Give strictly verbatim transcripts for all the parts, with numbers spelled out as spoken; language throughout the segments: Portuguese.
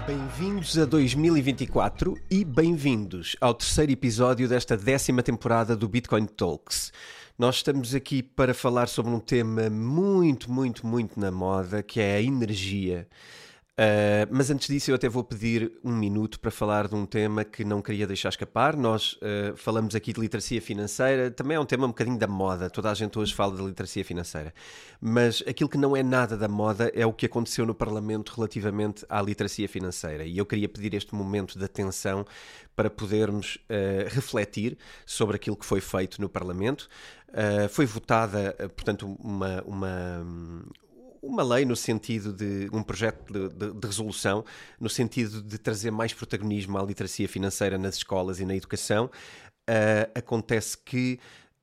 Bem-vindos a dois mil e vinte e quatro e bem-vindos ao terceiro episódio desta décima temporada do Bitcoin Talks. Nós estamos aqui para falar sobre um tema muito, muito, muito na moda, que é a energia. Uh, mas antes disso eu até vou pedir um minuto para falar de um tema que não queria deixar escapar. Nós uh, falamos aqui de literacia financeira, também é um tema um bocadinho da moda, toda a gente hoje fala de literacia financeira, mas aquilo que não é nada da moda é o que aconteceu no Parlamento relativamente à literacia financeira, e eu queria pedir este momento de atenção para podermos uh, refletir sobre aquilo que foi feito no Parlamento. Uh, foi votada, uh, portanto, uma... uma uma lei no sentido de um projeto de, de, de resolução, no sentido de trazer mais protagonismo à literacia financeira nas escolas e na educação. Uh, acontece que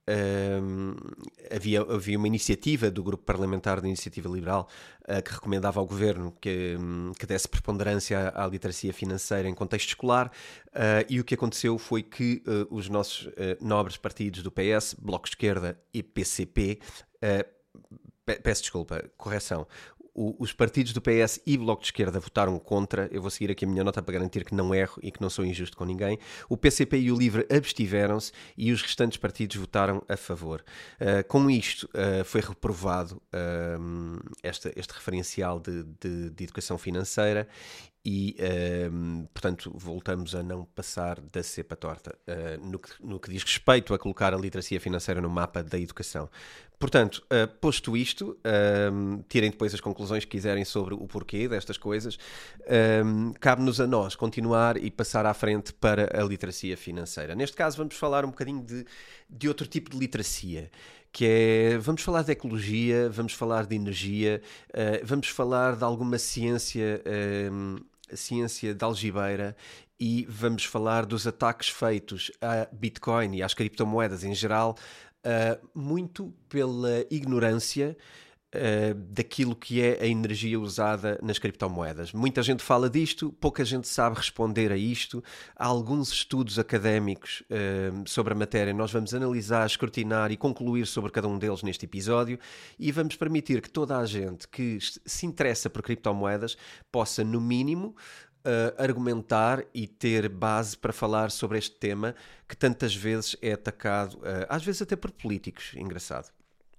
uh, havia, havia uma iniciativa do Grupo Parlamentar da Iniciativa Liberal uh, que recomendava ao Governo que, um, que desse preponderância à, à literacia financeira em contexto escolar, uh, e o que aconteceu foi que uh, os nossos uh, nobres partidos do P S, Bloco de Esquerda e P C P, uh, Peço desculpa, correção. O, os partidos do P S e Bloco de Esquerda votaram contra. Eu vou seguir aqui a minha nota para garantir que não erro e que não sou injusto com ninguém. O P C P e o LIVRE abstiveram-se e os restantes partidos votaram a favor. Uh, com isto, uh, foi reprovado uh, este, este referencial de, de, de educação financeira. E, uh, portanto, voltamos a não passar da cepa torta uh, no, que, no que diz respeito a colocar a literacia financeira no mapa da educação. Portanto, uh, posto isto, uh, tirem depois as conclusões que quiserem sobre o porquê destas coisas. Uh, cabe-nos a nós continuar e passar à frente para a literacia financeira. Neste caso, vamos falar um bocadinho de, de outro tipo de literacia, que é, vamos falar de ecologia, vamos falar de energia, uh, vamos falar de alguma ciência... Uh, a ciência da algibeira, e vamos falar dos ataques feitos a Bitcoin e às criptomoedas em geral, uh, muito pela ignorância uh, daquilo que é a energia usada nas criptomoedas. Muita gente fala disto, pouca gente sabe responder a isto. Há alguns estudos académicos uh, sobre a matéria. Nós vamos analisar, escrutinar e concluir sobre cada um deles neste episódio, e vamos permitir que toda a gente que se interessa por criptomoedas possa, no mínimo, Uh, argumentar e ter base para falar sobre este tema que tantas vezes é atacado, uh, às vezes até por políticos. Engraçado.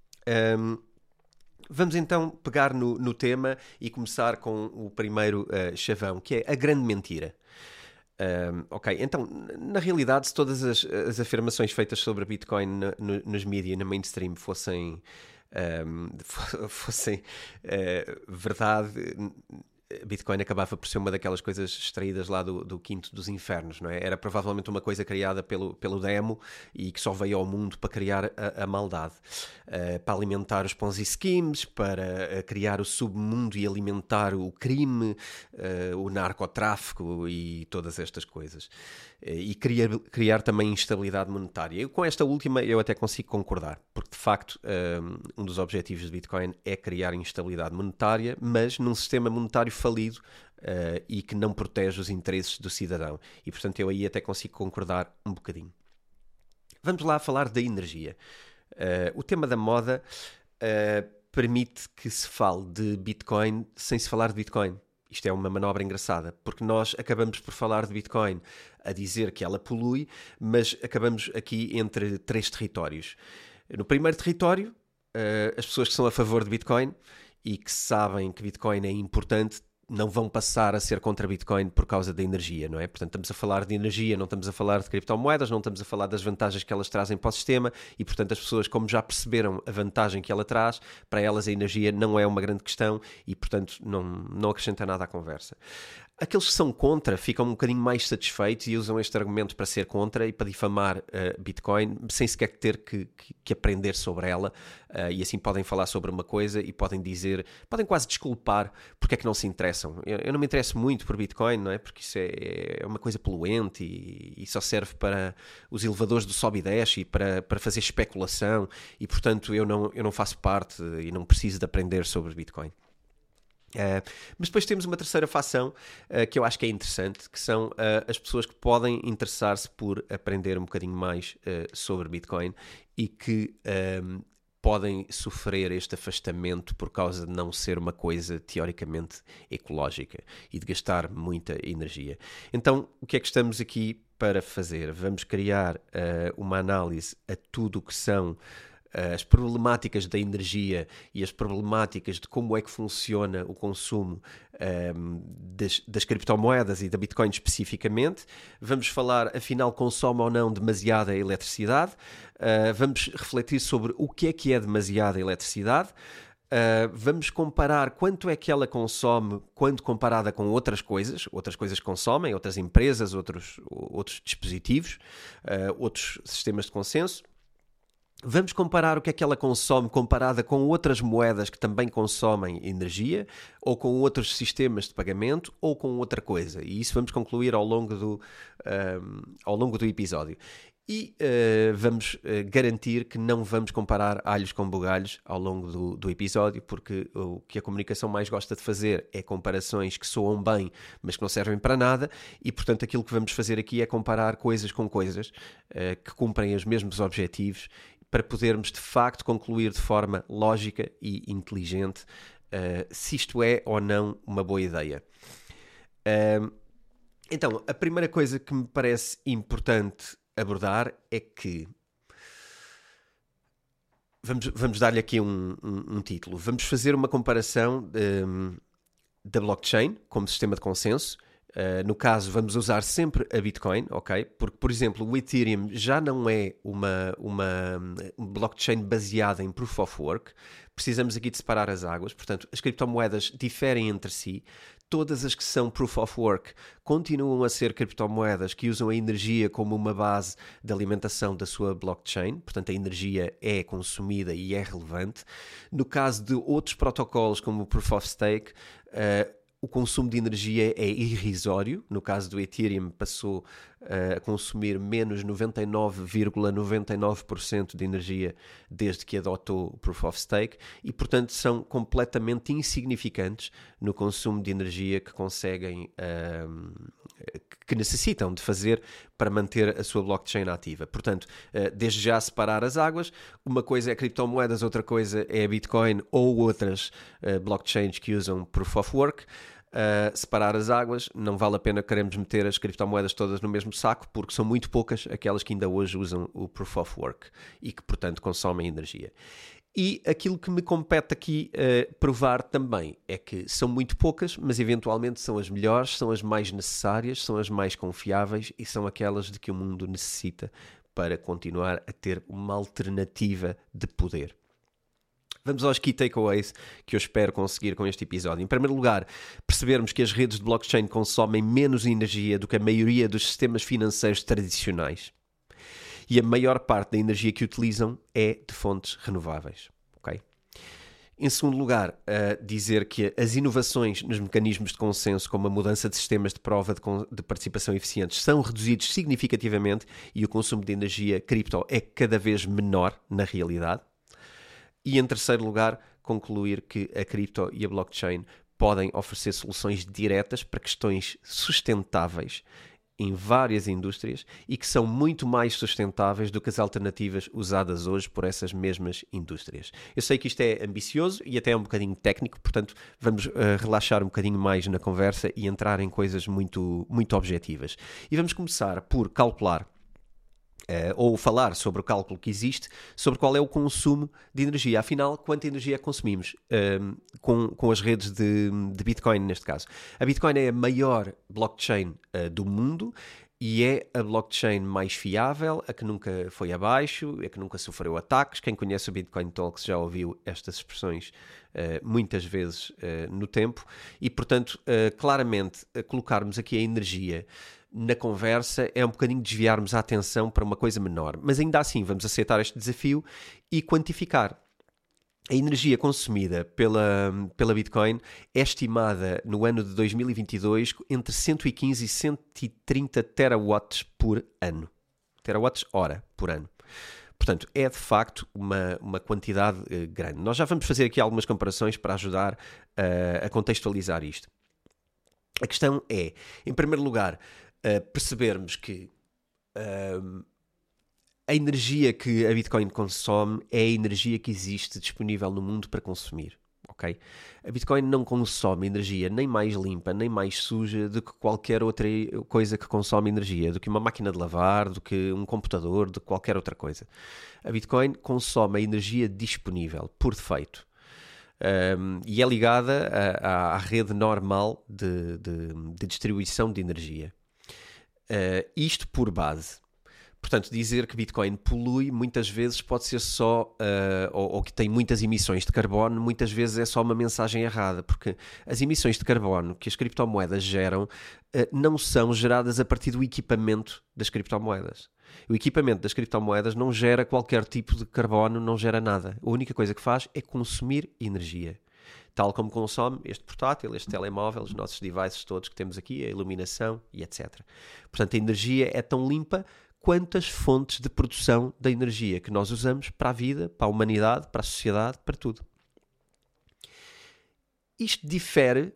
Um, vamos então pegar no, no tema e começar com o primeiro uh, chavão, que é a grande mentira. Um, ok, então, na realidade, se todas as, as afirmações feitas sobre Bitcoin no, no, nos mídias, na mainstream, fossem, um, fossem uh, verdade... Bitcoin acabava por ser uma daquelas coisas extraídas lá do, do quinto dos infernos, não é? Era provavelmente uma coisa criada pelo, pelo demo e que só veio ao mundo para criar a, a maldade, uh, para alimentar os Ponzi schemes, para uh, criar o submundo e alimentar o crime, uh, o narcotráfico e todas estas coisas. Uh, e criar, criar também instabilidade monetária. Eu, com esta última eu até consigo concordar, porque de facto um, um dos objetivos de Bitcoin é criar instabilidade monetária, mas num sistema monetário falido uh, e que não protege os interesses do cidadão. E, portanto, eu aí até consigo concordar um bocadinho. Vamos lá falar da energia. Uh, o tema da moda uh, permite que se fale de Bitcoin sem se falar de Bitcoin. Isto é uma manobra engraçada, porque nós acabamos por falar de Bitcoin a dizer que ela polui, mas acabamos aqui entre três territórios. No primeiro território, uh, as pessoas que são a favor de Bitcoin e que sabem que Bitcoin é importante não vão passar a ser contra Bitcoin por causa da energia, não é? Portanto, estamos a falar de energia, não estamos a falar de criptomoedas, não estamos a falar das vantagens que elas trazem para o sistema, e, portanto, as pessoas, como já perceberam a vantagem que ela traz, para elas a energia não é uma grande questão e, portanto, não, não acrescenta nada à conversa. Aqueles que são contra ficam um bocadinho mais satisfeitos e usam este argumento para ser contra e para difamar uh, Bitcoin, sem sequer ter que, que, que aprender sobre ela, uh, e assim podem falar sobre uma coisa e podem dizer, podem quase desculpar porque é que não se interessam. Eu, eu não me interesso muito por Bitcoin, não é? Porque isso é, é uma coisa poluente e, e só serve para os elevadores do sobe e desce e para, para fazer especulação, e portanto eu não, eu não faço parte e não preciso de aprender sobre Bitcoin. Uh, mas depois temos uma terceira fação uh, que eu acho que é interessante, que são uh, as pessoas que podem interessar-se por aprender um bocadinho mais uh, sobre Bitcoin e que um, podem sofrer este afastamento por causa de não ser uma coisa teoricamente ecológica e de gastar muita energia. Então, o que é que estamos aqui para fazer? Vamos criar uh, uma análise a tudo o que são uh, as problemáticas da energia e as problemáticas de como é que funciona o consumo um, das, das criptomoedas e da Bitcoin especificamente. Vamos falar, afinal, consome ou não demasiada eletricidade. Uh, vamos refletir sobre o que é que é demasiada eletricidade. Uh, vamos comparar quanto é que ela consome quando comparada com outras coisas, outras coisas que consomem, outras empresas, outros, outros dispositivos, uh, outros sistemas de consenso. Vamos comparar o que é que ela consome comparada com outras moedas que também consomem energia, ou com outros sistemas de pagamento, ou com outra coisa. E isso vamos concluir ao longo do, um, ao longo do episódio. E uh, vamos uh, garantir que não vamos comparar alhos com bugalhos ao longo do, do episódio, porque o que a comunicação mais gosta de fazer é comparações que soam bem, mas que não servem para nada, e portanto aquilo que vamos fazer aqui é comparar coisas com coisas uh, que cumprem os mesmos objetivos, para podermos de facto concluir de forma lógica e inteligente uh, se isto é ou não uma boa ideia. Uh, então, a primeira coisa que me parece importante abordar é que vamos, vamos dar-lhe aqui um, um, um título. Vamos fazer uma comparação um, da blockchain como sistema de consenso. Uh, no caso, vamos usar sempre a Bitcoin, ok? Porque, por exemplo, o Ethereum já não é uma, uma, uma blockchain baseada em Proof of Work. Precisamos aqui de separar as águas. Portanto, as criptomoedas diferem entre si. Todas as que são Proof of Work continuam a ser criptomoedas que usam a energia como uma base de alimentação da sua blockchain. Portanto, a energia é consumida e é relevante. No caso de outros protocolos, como o Proof of Stake, uh, o consumo de energia é irrisório. No caso do Ethereum, passou uh, a consumir menos noventa e nove vírgula noventa e nove por cento de energia desde que adotou o Proof of Stake e, portanto, são completamente insignificantes no consumo de energia que conseguem, uh, que necessitam de fazer para manter a sua blockchain ativa. Portanto, uh, desde já separar as águas. Uma coisa é criptomoedas, outra coisa é a Bitcoin ou outras uh, blockchains que usam Proof of Work. Uh, separar as águas, não vale a pena queremos meter as criptomoedas todas no mesmo saco, porque são muito poucas aquelas que ainda hoje usam o Proof of Work e que, portanto, consomem energia. E aquilo que me compete aqui uh, provar também é que são muito poucas, mas eventualmente são as melhores, são as mais necessárias, são as mais confiáveis e são aquelas de que o mundo necessita para continuar a ter uma alternativa de poder. Vamos aos key takeaways que eu espero conseguir com este episódio. Em primeiro lugar, percebermos que as redes de blockchain consomem menos energia do que a maioria dos sistemas financeiros tradicionais. E a maior parte da energia que utilizam é de fontes renováveis. Okay? Em segundo lugar, uh, dizer que as inovações nos mecanismos de consenso, como a mudança de sistemas de prova de, de participação eficientes, são reduzidos significativamente e o consumo de energia cripto é cada vez menor na realidade. E, em terceiro lugar, concluir que a cripto e a blockchain podem oferecer soluções diretas para questões sustentáveis em várias indústrias e que são muito mais sustentáveis do que as alternativas usadas hoje por essas mesmas indústrias. Eu sei que isto é ambicioso e até é um bocadinho técnico, portanto vamos uh, relaxar um bocadinho mais na conversa e entrar em coisas muito, muito objetivas. E vamos começar por calcular Uh, ou falar sobre o cálculo que existe sobre qual é o consumo de energia. Afinal, quanta energia consumimos uh, com, com as redes de, de Bitcoin, neste caso. A Bitcoin é a maior blockchain uh, do mundo e é a blockchain mais fiável, a que nunca foi abaixo, a que nunca sofreu ataques. Quem conhece o Bitcoin Talks já ouviu estas expressões uh, muitas vezes uh, no tempo. E, portanto, uh, claramente, uh, colocarmos aqui a energia na conversa é um bocadinho desviarmos a atenção para uma coisa menor. Mas ainda assim vamos aceitar este desafio e quantificar. A energia consumida pela, pela Bitcoin é estimada no ano de dois mil e vinte e dois entre cento e quinze e cento e trinta terawatts por ano. Terawatts hora por ano. Portanto, é de facto uma, uma quantidade uh, grande. Nós já vamos fazer aqui algumas comparações para ajudar uh, a contextualizar isto. A questão é, em primeiro lugar, Uh, percebermos que uh, a energia que a Bitcoin consome é a energia que existe disponível no mundo para consumir. Okay? A Bitcoin não consome energia nem mais limpa, nem mais suja do que qualquer outra coisa que consome energia, do que uma máquina de lavar, do que um computador, do que qualquer outra coisa. A Bitcoin consome a energia disponível, por defeito. Um, e é ligada a, a, à rede normal de, de, de distribuição de energia. Uh, isto por base. Portanto, dizer que Bitcoin polui muitas vezes pode ser só, uh, ou, ou que tem muitas emissões de carbono, muitas vezes é só uma mensagem errada, porque as emissões de carbono que as criptomoedas geram uh, não são geradas a partir do equipamento das criptomoedas. O equipamento das criptomoedas não gera qualquer tipo de carbono, não gera nada. A única coisa que faz é consumir energia. Tal como consome este portátil, este telemóvel, os nossos devices todos que temos aqui, a iluminação e etcétera. Portanto, a energia é tão limpa quanto as fontes de produção da energia que nós usamos para a vida, para a humanidade, para a sociedade, para tudo. Isto difere,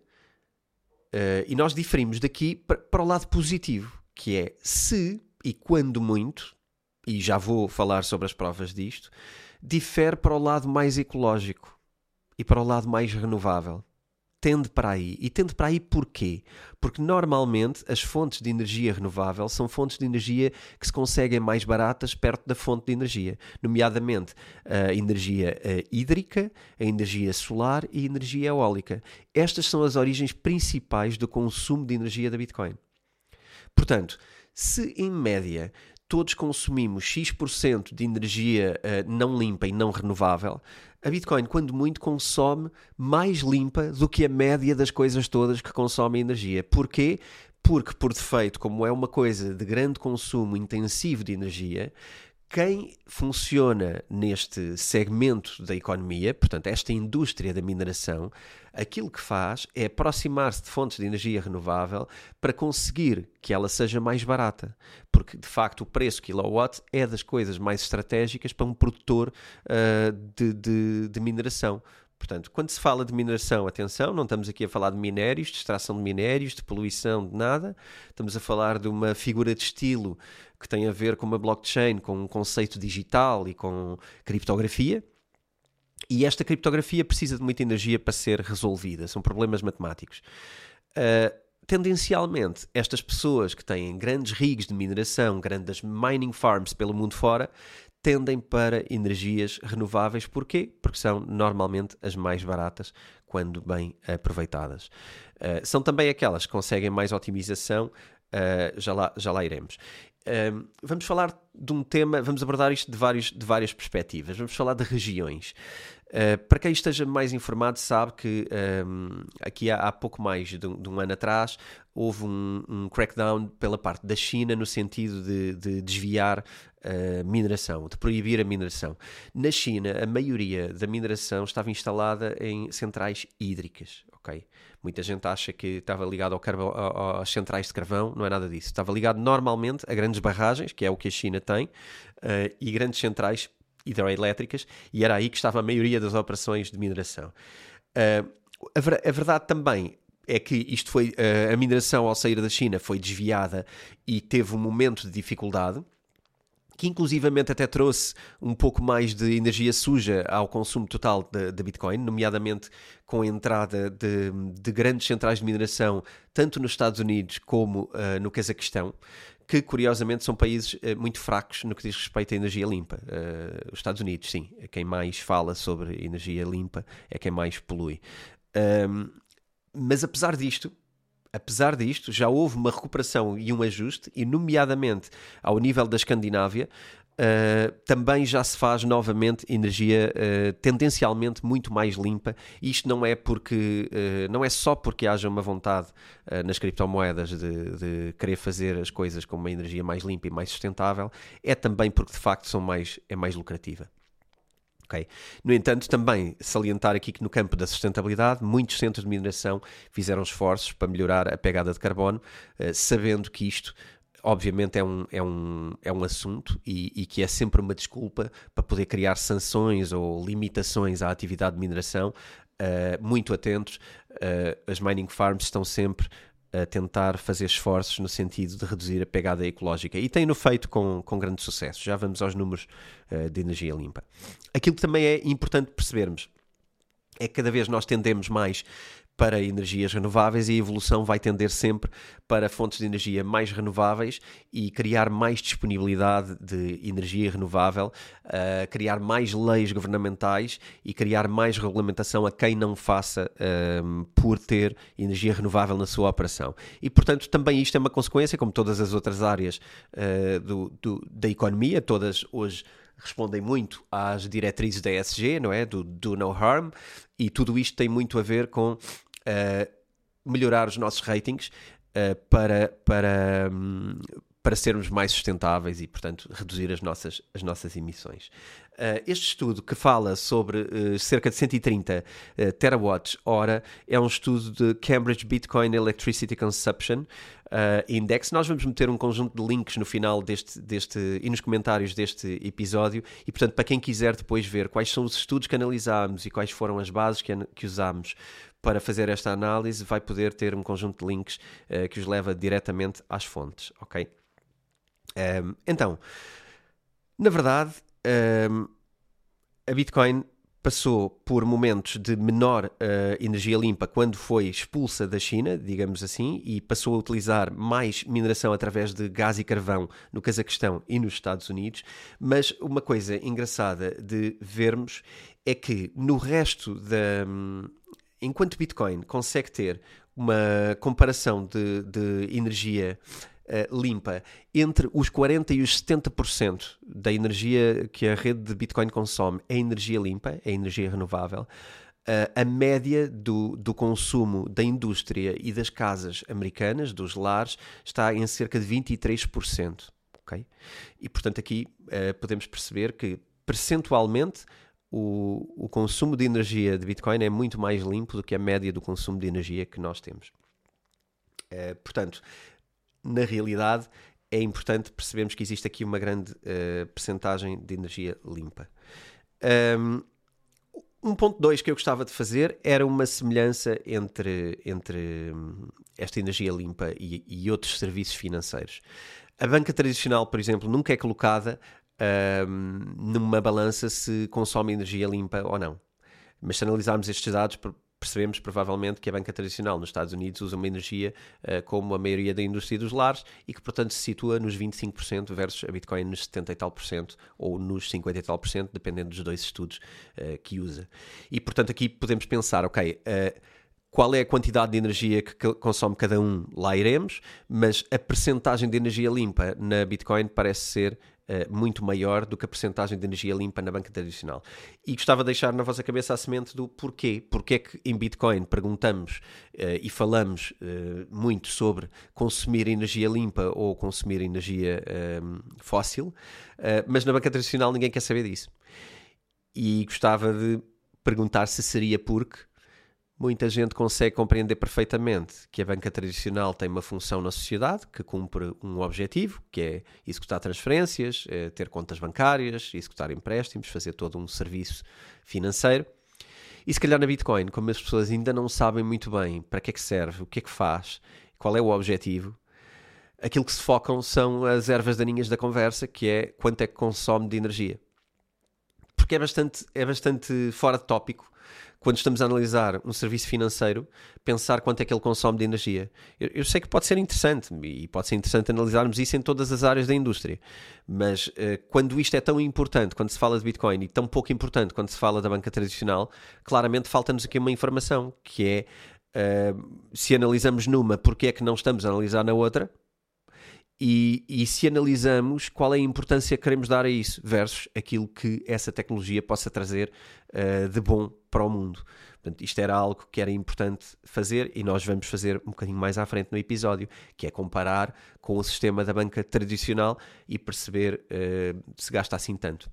uh, e nós diferimos daqui para, para o lado positivo, que é se e quando muito, e já vou falar sobre as provas disto, difere para o lado mais ecológico e para o lado mais renovável. Tende para aí. E tende para aí porquê? Porque normalmente as fontes de energia renovável são fontes de energia que se conseguem mais baratas perto da fonte de energia, nomeadamente a energia hídrica, a energia solar e a energia eólica. Estas são as origens principais do consumo de energia da Bitcoin. Portanto, se em média todos consumimos X por cento de energia uh, não limpa e não renovável, a Bitcoin, quando muito, consome mais limpa do que a média das coisas todas que consomem energia. Porquê? Porque, por defeito, como é uma coisa de grande consumo intensivo de energia, quem funciona neste segmento da economia, portanto, esta indústria da mineração, aquilo que faz é aproximar-se de fontes de energia renovável para conseguir que ela seja mais barata. Porque, de facto, o preço kilowatt é das coisas mais estratégicas para um produtor uh, de, de, de mineração. Portanto, quando se fala de mineração, atenção, não estamos aqui a falar de minérios, de extração de minérios, de poluição, de nada. Estamos a falar de uma figura de estilo que tem a ver com uma blockchain, com um conceito digital e com criptografia. E esta criptografia precisa de muita energia para ser resolvida. São problemas matemáticos. Uh, tendencialmente, estas pessoas que têm grandes rigs de mineração, grandes mining farms pelo mundo fora, tendem para energias renováveis. Porquê? Porque são normalmente as mais baratas quando bem aproveitadas. Uh, são também aquelas que conseguem mais otimização, uh, já, lá, já lá iremos. Uh, vamos falar de um tema, vamos abordar isto de, vários, de várias perspectivas. Vamos falar de regiões. Uh, para quem esteja mais informado sabe que um, aqui há, há pouco mais de um, de um ano atrás houve um, um crackdown pela parte da China no sentido de, de desviar a mineração, de proibir a mineração. Na China, a maioria da mineração estava instalada em centrais hídricas. Okay? Muita gente acha que estava ligado ao carvão, às centrais de carvão, não é nada disso. Estava ligado normalmente a grandes barragens, que é o que a China tem, uh, e grandes centrais hidroelétricas, e era aí que estava a maioria das operações de mineração. Uh, a, ver, a verdade também é que isto foi, uh, a mineração ao sair da China foi desviada e teve um momento de dificuldade, que inclusivamente até trouxe um pouco mais de energia suja ao consumo total da Bitcoin, nomeadamente com a entrada de, de grandes centrais de mineração, tanto nos Estados Unidos como uh, no Cazaquistão, que curiosamente são países uh, muito fracos no que diz respeito à energia limpa. Uh, os Estados Unidos, sim, é quem mais fala sobre energia limpa, é quem mais polui. Um, mas apesar disto, Apesar disto, já houve uma recuperação e um ajuste, e nomeadamente ao nível da Escandinávia, uh, também já se faz novamente energia uh, tendencialmente muito mais limpa. Isto não é, porque, uh, não é só porque haja uma vontade uh, nas criptomoedas de, de querer fazer as coisas com uma energia mais limpa e mais sustentável, é também porque de facto são mais, é mais lucrativa. Okay. No entanto, também salientar aqui que no campo da sustentabilidade, muitos centros de mineração fizeram esforços para melhorar a pegada de carbono, uh, sabendo que isto, obviamente, é um, é um, é um assunto e, e que é sempre uma desculpa para poder criar sanções ou limitações à atividade de mineração. Uh, muito atentos, uh, as mining farms estão sempre a tentar fazer esforços no sentido de reduzir a pegada ecológica. E tem-no feito com, com grande sucesso. Já vamos aos números uh, de energia limpa. Aquilo que também é importante percebermos é que cada vez nós tendemos mais para energias renováveis e a evolução vai tender sempre para fontes de energia mais renováveis e criar mais disponibilidade de energia renovável, uh, criar mais leis governamentais e criar mais regulamentação a quem não faça um, por ter energia renovável na sua operação. E, portanto, também isto é uma consequência, como todas as outras áreas uh, do, do, da economia, todas hoje respondem muito às diretrizes da E S G, não é? Do Do No Harm, e tudo isto tem muito a ver com uh, melhorar os nossos ratings uh, para, para, um, para sermos mais sustentáveis e, portanto, reduzir as nossas, as nossas emissões. Uh, este estudo que fala sobre uh, cerca de cento e trinta uh, terawatts hora é um estudo de Cambridge Bitcoin Electricity Consumption Uh, Index. Nós vamos meter um conjunto de links no final deste, deste e nos comentários deste episódio e, portanto, para quem quiser depois ver quais são os estudos que analisámos e quais foram as bases que, que usámos para fazer esta análise, vai poder ter um conjunto de links uh, que os leva diretamente às fontes, ok? Um, então, na verdade, um, a Bitcoin passou por momentos de menor uh, energia limpa quando foi expulsa da China, digamos assim, e passou a utilizar mais mineração através de gás e carvão no Cazaquistão e nos Estados Unidos. Mas uma coisa engraçada de vermos é que no resto da... Enquanto Bitcoin consegue ter uma comparação de, de energia Uh, limpa entre os quarenta por cento e os setenta por cento da energia que a rede de Bitcoin consome é energia limpa, é energia renovável, uh, a média do, do consumo da indústria e das casas americanas, dos lares, está em cerca de vinte e três por cento. Okay? E, portanto, aqui uh, podemos perceber que, percentualmente, o, o consumo de energia de Bitcoin é muito mais limpo do que a média do consumo de energia que nós temos. Uh, portanto, na realidade, é importante percebermos que existe aqui uma grande uh, percentagem de energia limpa. Um, um ponto dois que eu gostava de fazer era uma semelhança entre, entre esta energia limpa e, e outros serviços financeiros. A banca tradicional, por exemplo, nunca é colocada um, numa balança se consome energia limpa ou não. Mas se analisarmos estes dados, percebemos provavelmente que a banca tradicional nos Estados Unidos usa uma energia uh, como a maioria da indústria dos lares e que, portanto, se situa nos vinte e cinco por cento versus a Bitcoin nos setenta e tal por cento ou nos cinquenta e tal por cento, dependendo dos dois estudos uh, que usa. E, portanto, aqui podemos pensar, ok, uh, qual é a quantidade de energia que consome cada um? Lá iremos, mas a percentagem de energia limpa na Bitcoin parece ser uh, muito maior do que a percentagem de energia limpa na banca tradicional. E gostava de deixar na vossa cabeça a semente do porquê. Porquê é que em Bitcoin perguntamos uh, e falamos uh, muito sobre consumir energia limpa ou consumir energia um, fóssil, uh, mas na banca tradicional ninguém quer saber disso. E gostava de perguntar se seria porque muita gente consegue compreender perfeitamente que a banca tradicional tem uma função na sociedade, que cumpre um objetivo, que é executar transferências, é ter contas bancárias, executar empréstimos, fazer todo um serviço financeiro. E se calhar na Bitcoin, como as pessoas ainda não sabem muito bem para que é que serve, o que é que faz, qual é o objetivo, aquilo que se focam são as ervas daninhas da conversa, que é quanto é que consome de energia. Porque é bastante, é bastante fora de tópico, quando estamos a analisar um serviço financeiro, pensar quanto é que ele consome de energia. Eu, eu sei que pode ser interessante, e pode ser interessante analisarmos isso em todas as áreas da indústria, mas uh, quando isto é tão importante, quando se fala de Bitcoin, e tão pouco importante quando se fala da banca tradicional, claramente falta-nos aqui uma informação, que é, uh, se analisamos numa, porque é que não estamos a analisar na outra? E, e se analisamos qual é a importância que queremos dar a isso versus aquilo que essa tecnologia possa trazer uh, de bom para o mundo. Portanto, isto era algo que era importante fazer e nós vamos fazer um bocadinho mais à frente no episódio, que é comparar com o sistema da banca tradicional e perceber uh, se gasta assim tanto.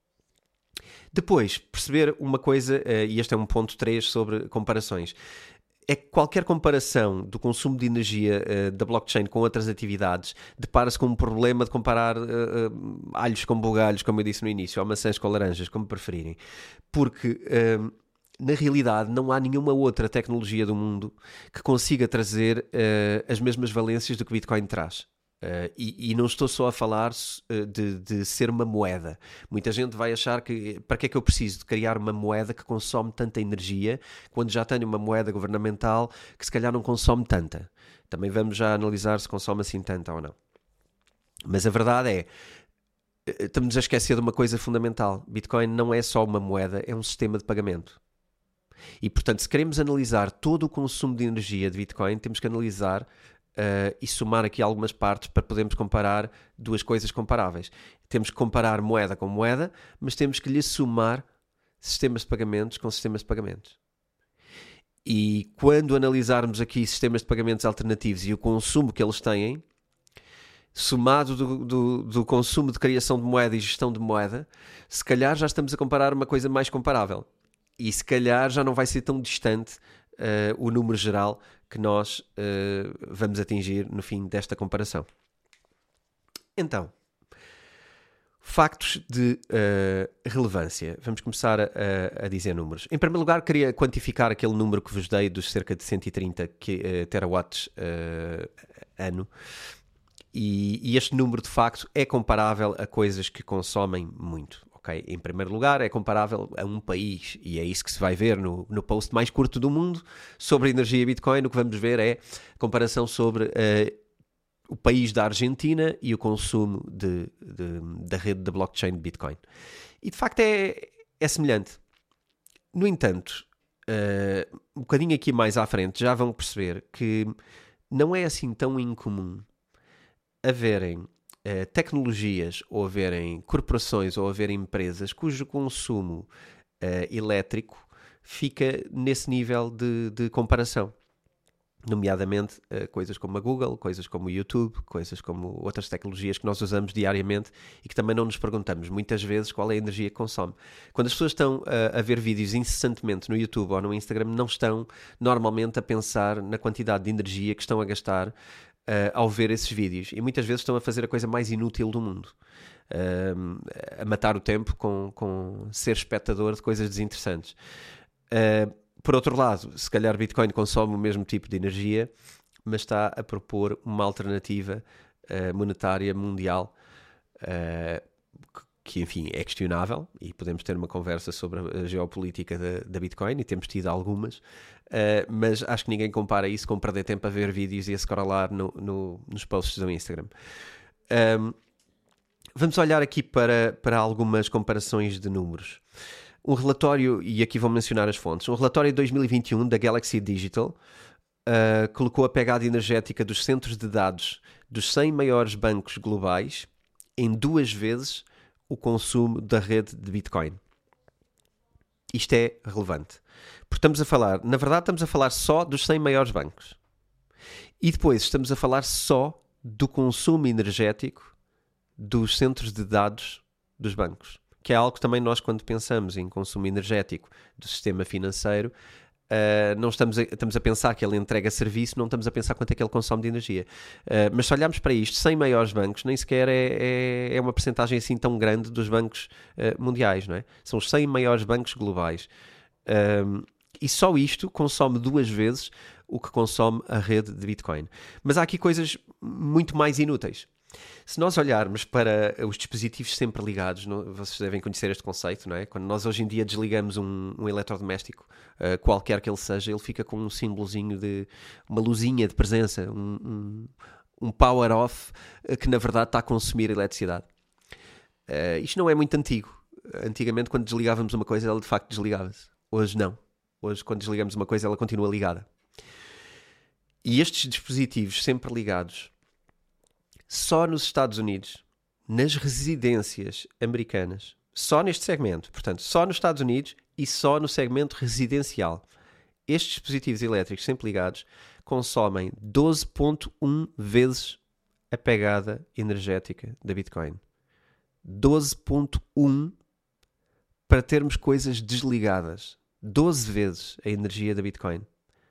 Depois, perceber uma coisa, uh, e este é um ponto três sobre comparações, é que qualquer comparação do consumo de energia uh, da blockchain com outras atividades depara-se com um problema de comparar uh, uh, alhos com bugalhos, como eu disse no início, ou maçãs com laranjas, como preferirem. Porque uh, na realidade, não há nenhuma outra tecnologia do mundo que consiga trazer uh, as mesmas valências do que o Bitcoin traz. Uh, e, e não estou só a falar uh, de, de ser uma moeda. Muita gente vai achar que para que é que eu preciso de criar uma moeda que consome tanta energia quando já tenho uma moeda governamental que se calhar não consome tanta. Também vamos já analisar se consome assim tanta ou não. Mas a verdade é, estamos a esquecer de uma coisa fundamental. Bitcoin não é só uma moeda, é um sistema de pagamento. E portanto, se queremos analisar todo o consumo de energia de Bitcoin, temos que analisar Uh, e somar aqui algumas partes para podermos comparar duas coisas comparáveis. Temos que comparar moeda com moeda, mas temos que lhe somar sistemas de pagamentos com sistemas de pagamentos. E quando analisarmos aqui sistemas de pagamentos alternativos e o consumo que eles têm, somado do, do, do consumo de criação de moeda e gestão de moeda, se calhar já estamos a comparar uma coisa mais comparável. E se calhar já não vai ser tão distante uh, o número geral que nós uh, vamos atingir no fim desta comparação. Então, factos de uh, relevância. Vamos começar a, a, a dizer números. Em primeiro lugar, queria quantificar aquele número que vos dei dos cerca de cento e trinta que, uh, terawatts uh, ano. E, e este número, de facto, é comparável a coisas que consomem muito. Okay? Em primeiro lugar, é comparável a um país, e é isso que se vai ver no, no post mais curto do mundo sobre a energia Bitcoin. O que vamos ver é a comparação sobre uh, o país da Argentina e o consumo de, de, da rede da blockchain de Bitcoin. E de facto é, é semelhante. No entanto, uh, um bocadinho aqui mais à frente já vão perceber que não é assim tão incomum haverem Uh, tecnologias ou haverem corporações ou haverem empresas cujo consumo uh, elétrico fica nesse nível de, de comparação. Nomeadamente uh, coisas como a Google, coisas como o YouTube, coisas como outras tecnologias que nós usamos diariamente e que também não nos perguntamos muitas vezes qual é a energia que consome. Quando as pessoas estão uh, a ver vídeos incessantemente no YouTube ou no Instagram, não estão normalmente a pensar na quantidade de energia que estão a gastar Uh, ao ver esses vídeos, e muitas vezes estão a fazer a coisa mais inútil do mundo, uh, a matar o tempo com, com ser espectador de coisas desinteressantes. Uh, por outro lado, se calhar Bitcoin consome o mesmo tipo de energia, mas está a propor uma alternativa uh, monetária mundial uh, que, enfim, é questionável, e podemos ter uma conversa sobre a geopolítica da, da Bitcoin, e temos tido algumas, uh, mas acho que ninguém compara isso com perder tempo a ver vídeos e a scrollar no, no, nos posts do Instagram. Um, vamos olhar aqui para, para algumas comparações de números. Um relatório, e aqui vou mencionar as fontes, um relatório de dois mil e vinte e um da Galaxy Digital uh, colocou a pegada energética dos centros de dados dos cem maiores bancos globais em duas vezes o consumo da rede de Bitcoin. Isto é relevante. Porque estamos a falar, na verdade estamos a falar só dos cem maiores bancos. E depois estamos a falar só do consumo energético dos centros de dados dos bancos. Que é algo que também nós, quando pensamos em consumo energético do sistema financeiro, Uh, não estamos a, estamos a pensar que ele entrega serviço, não estamos a pensar quanto é que ele consome de energia. Uh, mas se olharmos para isto, cem maiores bancos, nem sequer é, é, é uma percentagem assim tão grande dos bancos uh, mundiais, não é? São os cem maiores bancos globais. Um, e só isto consome duas vezes o que consome a rede de Bitcoin. Mas há aqui coisas muito mais inúteis. Se nós olharmos para os dispositivos sempre ligados, não, vocês devem conhecer este conceito, não é? Quando nós hoje em dia desligamos um, um eletrodoméstico, uh, qualquer que ele seja, ele fica com um símbolozinho de uma luzinha de presença, um, um, um power off, uh, que na verdade está a consumir eletricidade. Uh, isto não é muito antigo. Antigamente, quando desligávamos uma coisa, ela de facto desligava-se. Hoje não. Hoje, quando desligamos uma coisa, ela continua ligada. E estes dispositivos sempre ligados, só nos Estados Unidos, nas residências americanas, só neste segmento, portanto, só nos Estados Unidos e só no segmento residencial, estes dispositivos elétricos sempre ligados consomem doze vírgula um vezes a pegada energética da Bitcoin. doze vírgula um para termos coisas desligadas. doze vezes a energia da Bitcoin.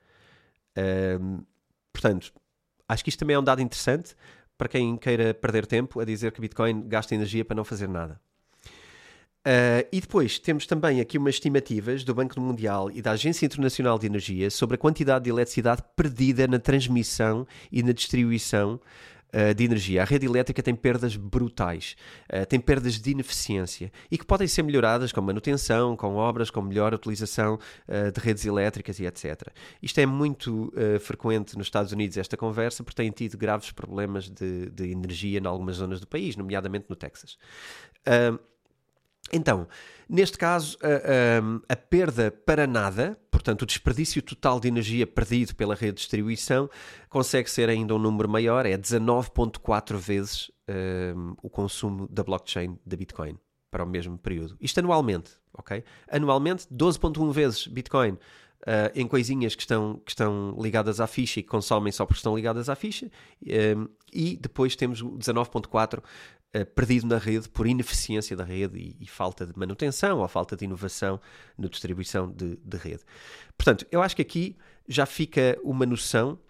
Um, portanto, acho que isto também é um dado interessante para quem queira perder tempo a dizer que Bitcoin gasta energia para não fazer nada. Uh, e depois temos também aqui umas estimativas do Banco Mundial e da Agência Internacional de Energia sobre a quantidade de eletricidade perdida na transmissão e na distribuição uh, de energia. A rede elétrica tem perdas brutais, uh, tem perdas de ineficiência e que podem ser melhoradas com manutenção, com obras, com melhor utilização uh, de redes elétricas e etcétera. Isto é muito uh, frequente nos Estados Unidos, esta conversa, porque têm tido graves problemas de, de energia em algumas zonas do país, nomeadamente no Texas. Uh, Então, neste caso, a, a, a perda para nada, portanto, o desperdício total de energia perdido pela rede de distribuição, consegue ser ainda um número maior, é dezanove vírgula quatro vezes um, o consumo da blockchain da Bitcoin para o mesmo período. Isto anualmente, ok? Anualmente, doze vírgula um vezes Bitcoin uh, em coisinhas que estão, que estão ligadas à ficha e que consomem só porque estão ligadas à ficha, um, e depois temos o dezanove vírgula quatro Uh, perdido na rede por ineficiência da rede e, e falta de manutenção ou falta de inovação na distribuição de, de rede. Portanto, eu acho que aqui já fica uma noção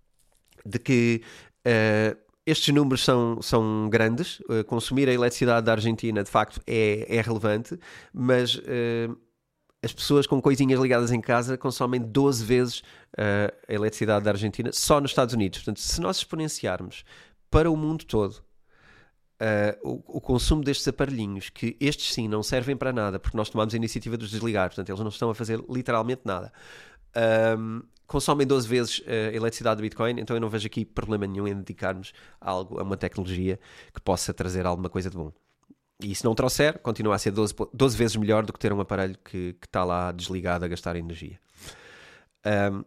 de que uh, estes números são, são grandes. Uh, consumir a eletricidade da Argentina, de facto, é, é relevante, mas uh, as pessoas com coisinhas ligadas em casa consomem doze vezes uh, a eletricidade da Argentina só nos Estados Unidos. Portanto, se nós exponenciarmos para o mundo todo Uh, o, o consumo destes aparelhinhos, que estes sim não servem para nada, porque nós tomamos a iniciativa de os desligar, portanto eles não estão a fazer literalmente nada, um, consomem doze vezes a eletricidade do Bitcoin, então eu não vejo aqui problema nenhum em dedicarmos a, algo, a uma tecnologia que possa trazer alguma coisa de bom. E se não trouxer, continua a ser doze, doze vezes melhor do que ter um aparelho que, que está lá desligado a gastar energia. Um,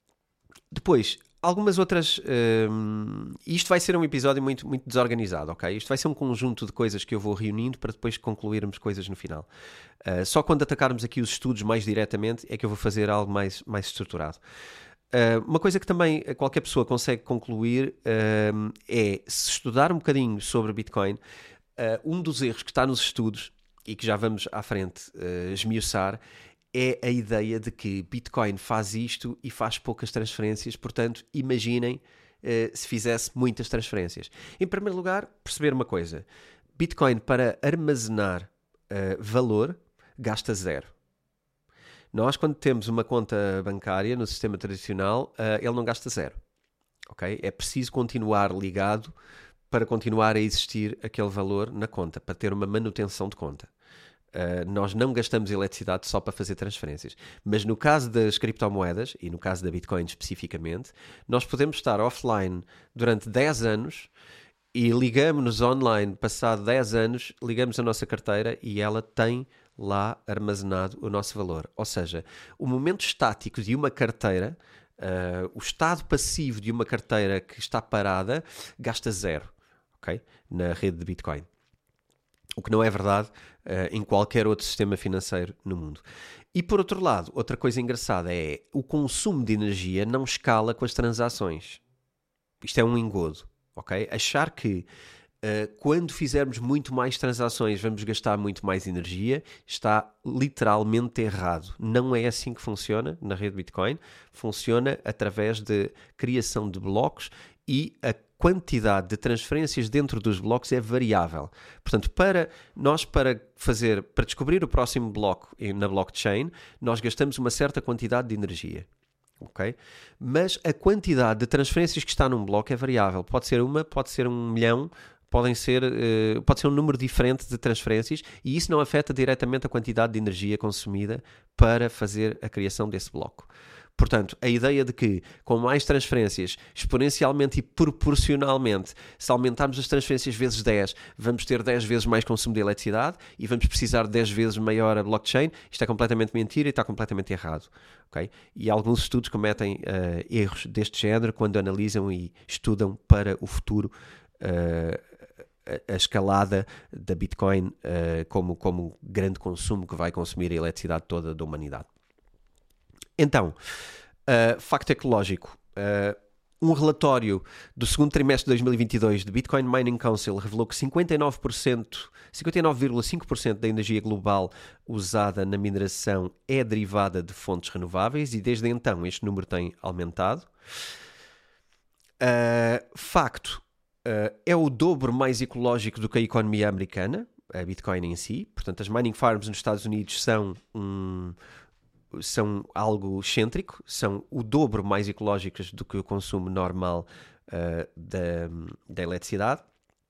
depois, algumas outras... Um, isto vai ser um episódio muito, muito desorganizado, ok? Isto vai ser um conjunto de coisas que eu vou reunindo para depois concluirmos coisas no final. Uh, só quando atacarmos aqui os estudos mais diretamente é que eu vou fazer algo mais, mais estruturado. Uh, uma coisa que também qualquer pessoa consegue concluir uh, é, se estudar um bocadinho sobre Bitcoin, uh, um dos erros que está nos estudos, e que já vamos à frente uh, esmiuçar, é a ideia de que Bitcoin faz isto e faz poucas transferências, portanto, imaginem uh, se fizesse muitas transferências. Em primeiro lugar, perceber uma coisa. Bitcoin, para armazenar uh, valor, gasta zero. Nós, quando temos uma conta bancária no sistema tradicional, uh, ele não gasta zero. Okay? É preciso continuar ligado para continuar a existir aquele valor na conta, para ter uma manutenção de conta. Uh, nós não gastamos eletricidade só para fazer transferências. Mas no caso das criptomoedas, e no caso da Bitcoin especificamente, nós podemos estar offline durante dez anos e ligamos-nos online, passado dez anos, ligamos a nossa carteira e ela tem lá armazenado o nosso valor. Ou seja, o momento estático de uma carteira, uh, o estado passivo de uma carteira que está parada, gasta zero, okay? Na rede de Bitcoin. O que não é verdade uh, em qualquer outro sistema financeiro no mundo. E por outro lado, outra coisa engraçada é o consumo de energia não escala com as transações. Isto é um engodo, ok? Achar que uh, quando fizermos muito mais transações vamos gastar muito mais energia está literalmente errado. Não é assim que funciona na rede Bitcoin. Funciona através de criação de blocos e a quantidade de transferências dentro dos blocos é variável. Portanto, para nós, para fazer, para descobrir o próximo bloco na blockchain, nós gastamos uma certa quantidade de energia. Okay? Mas a quantidade de transferências que está num bloco é variável. Pode ser uma, pode ser um milhão, podem ser, uh, pode ser um número diferente de transferências e isso não afeta diretamente a quantidade de energia consumida para fazer a criação desse bloco. Portanto, a ideia de que com mais transferências, exponencialmente e proporcionalmente, se aumentarmos as transferências vezes dez, vamos ter dez vezes mais consumo de eletricidade e vamos precisar de dez vezes maior a blockchain, isto é completamente mentira e está completamente errado. Okay? E alguns estudos cometem uh, erros deste género quando analisam e estudam para o futuro uh, a, a escalada da Bitcoin uh, como, como grande consumo que vai consumir a eletricidade toda da humanidade. Então, uh, facto ecológico. Uh, um relatório do segundo trimestre de dois mil e vinte e dois do Bitcoin Mining Council revelou que cinquenta e nove por cento, cinquenta e nove vírgula cinco por cento da energia global usada na mineração é derivada de fontes renováveis e desde então este número tem aumentado. Uh, facto, uh, é o dobro mais ecológico do que a economia americana. a Bitcoin em si. Portanto, as mining farms nos Estados Unidos são, um, são algo excêntrico, são o dobro mais ecológicas do que o consumo normal uh, da, da eletricidade.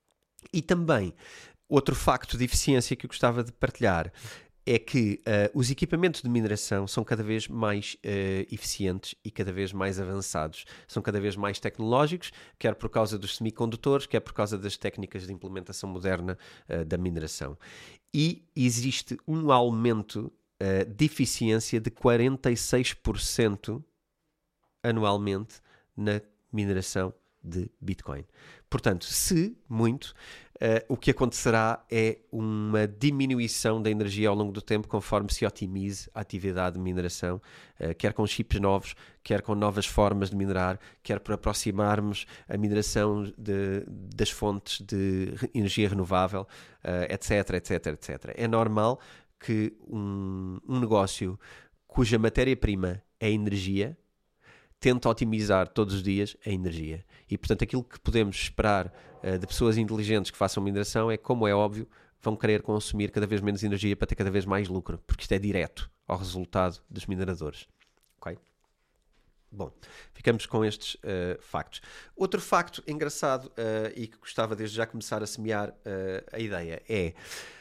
E também, outro facto de eficiência que eu gostava de partilhar é que uh, os equipamentos de mineração são cada vez mais uh, eficientes e cada vez mais avançados. São cada vez mais tecnológicos, quer por causa dos semicondutores, quer por causa das técnicas de implementação moderna uh, da mineração. E existe um aumento uh, de eficiência de quarenta e seis por cento anualmente na mineração de Bitcoin. Portanto, se muito, uh, o que acontecerá é uma diminuição da energia ao longo do tempo conforme se otimize a atividade de mineração, uh, quer com chips novos, quer com novas formas de minerar, quer por aproximarmos a mineração de, das fontes de energia renovável, uh, etc, etc, etcétera. É normal que um, um negócio cuja matéria-prima é energia tenta otimizar todos os dias a energia. E, portanto, aquilo que podemos esperar uh, de pessoas inteligentes que façam mineração é, como é óbvio, vão querer consumir cada vez menos energia para ter cada vez mais lucro, porque isto é direto ao resultado dos mineradores. Ok? Bom, ficamos com estes uh, factos. Outro facto engraçado uh, e que gostava desde já começar a semear uh, a ideia é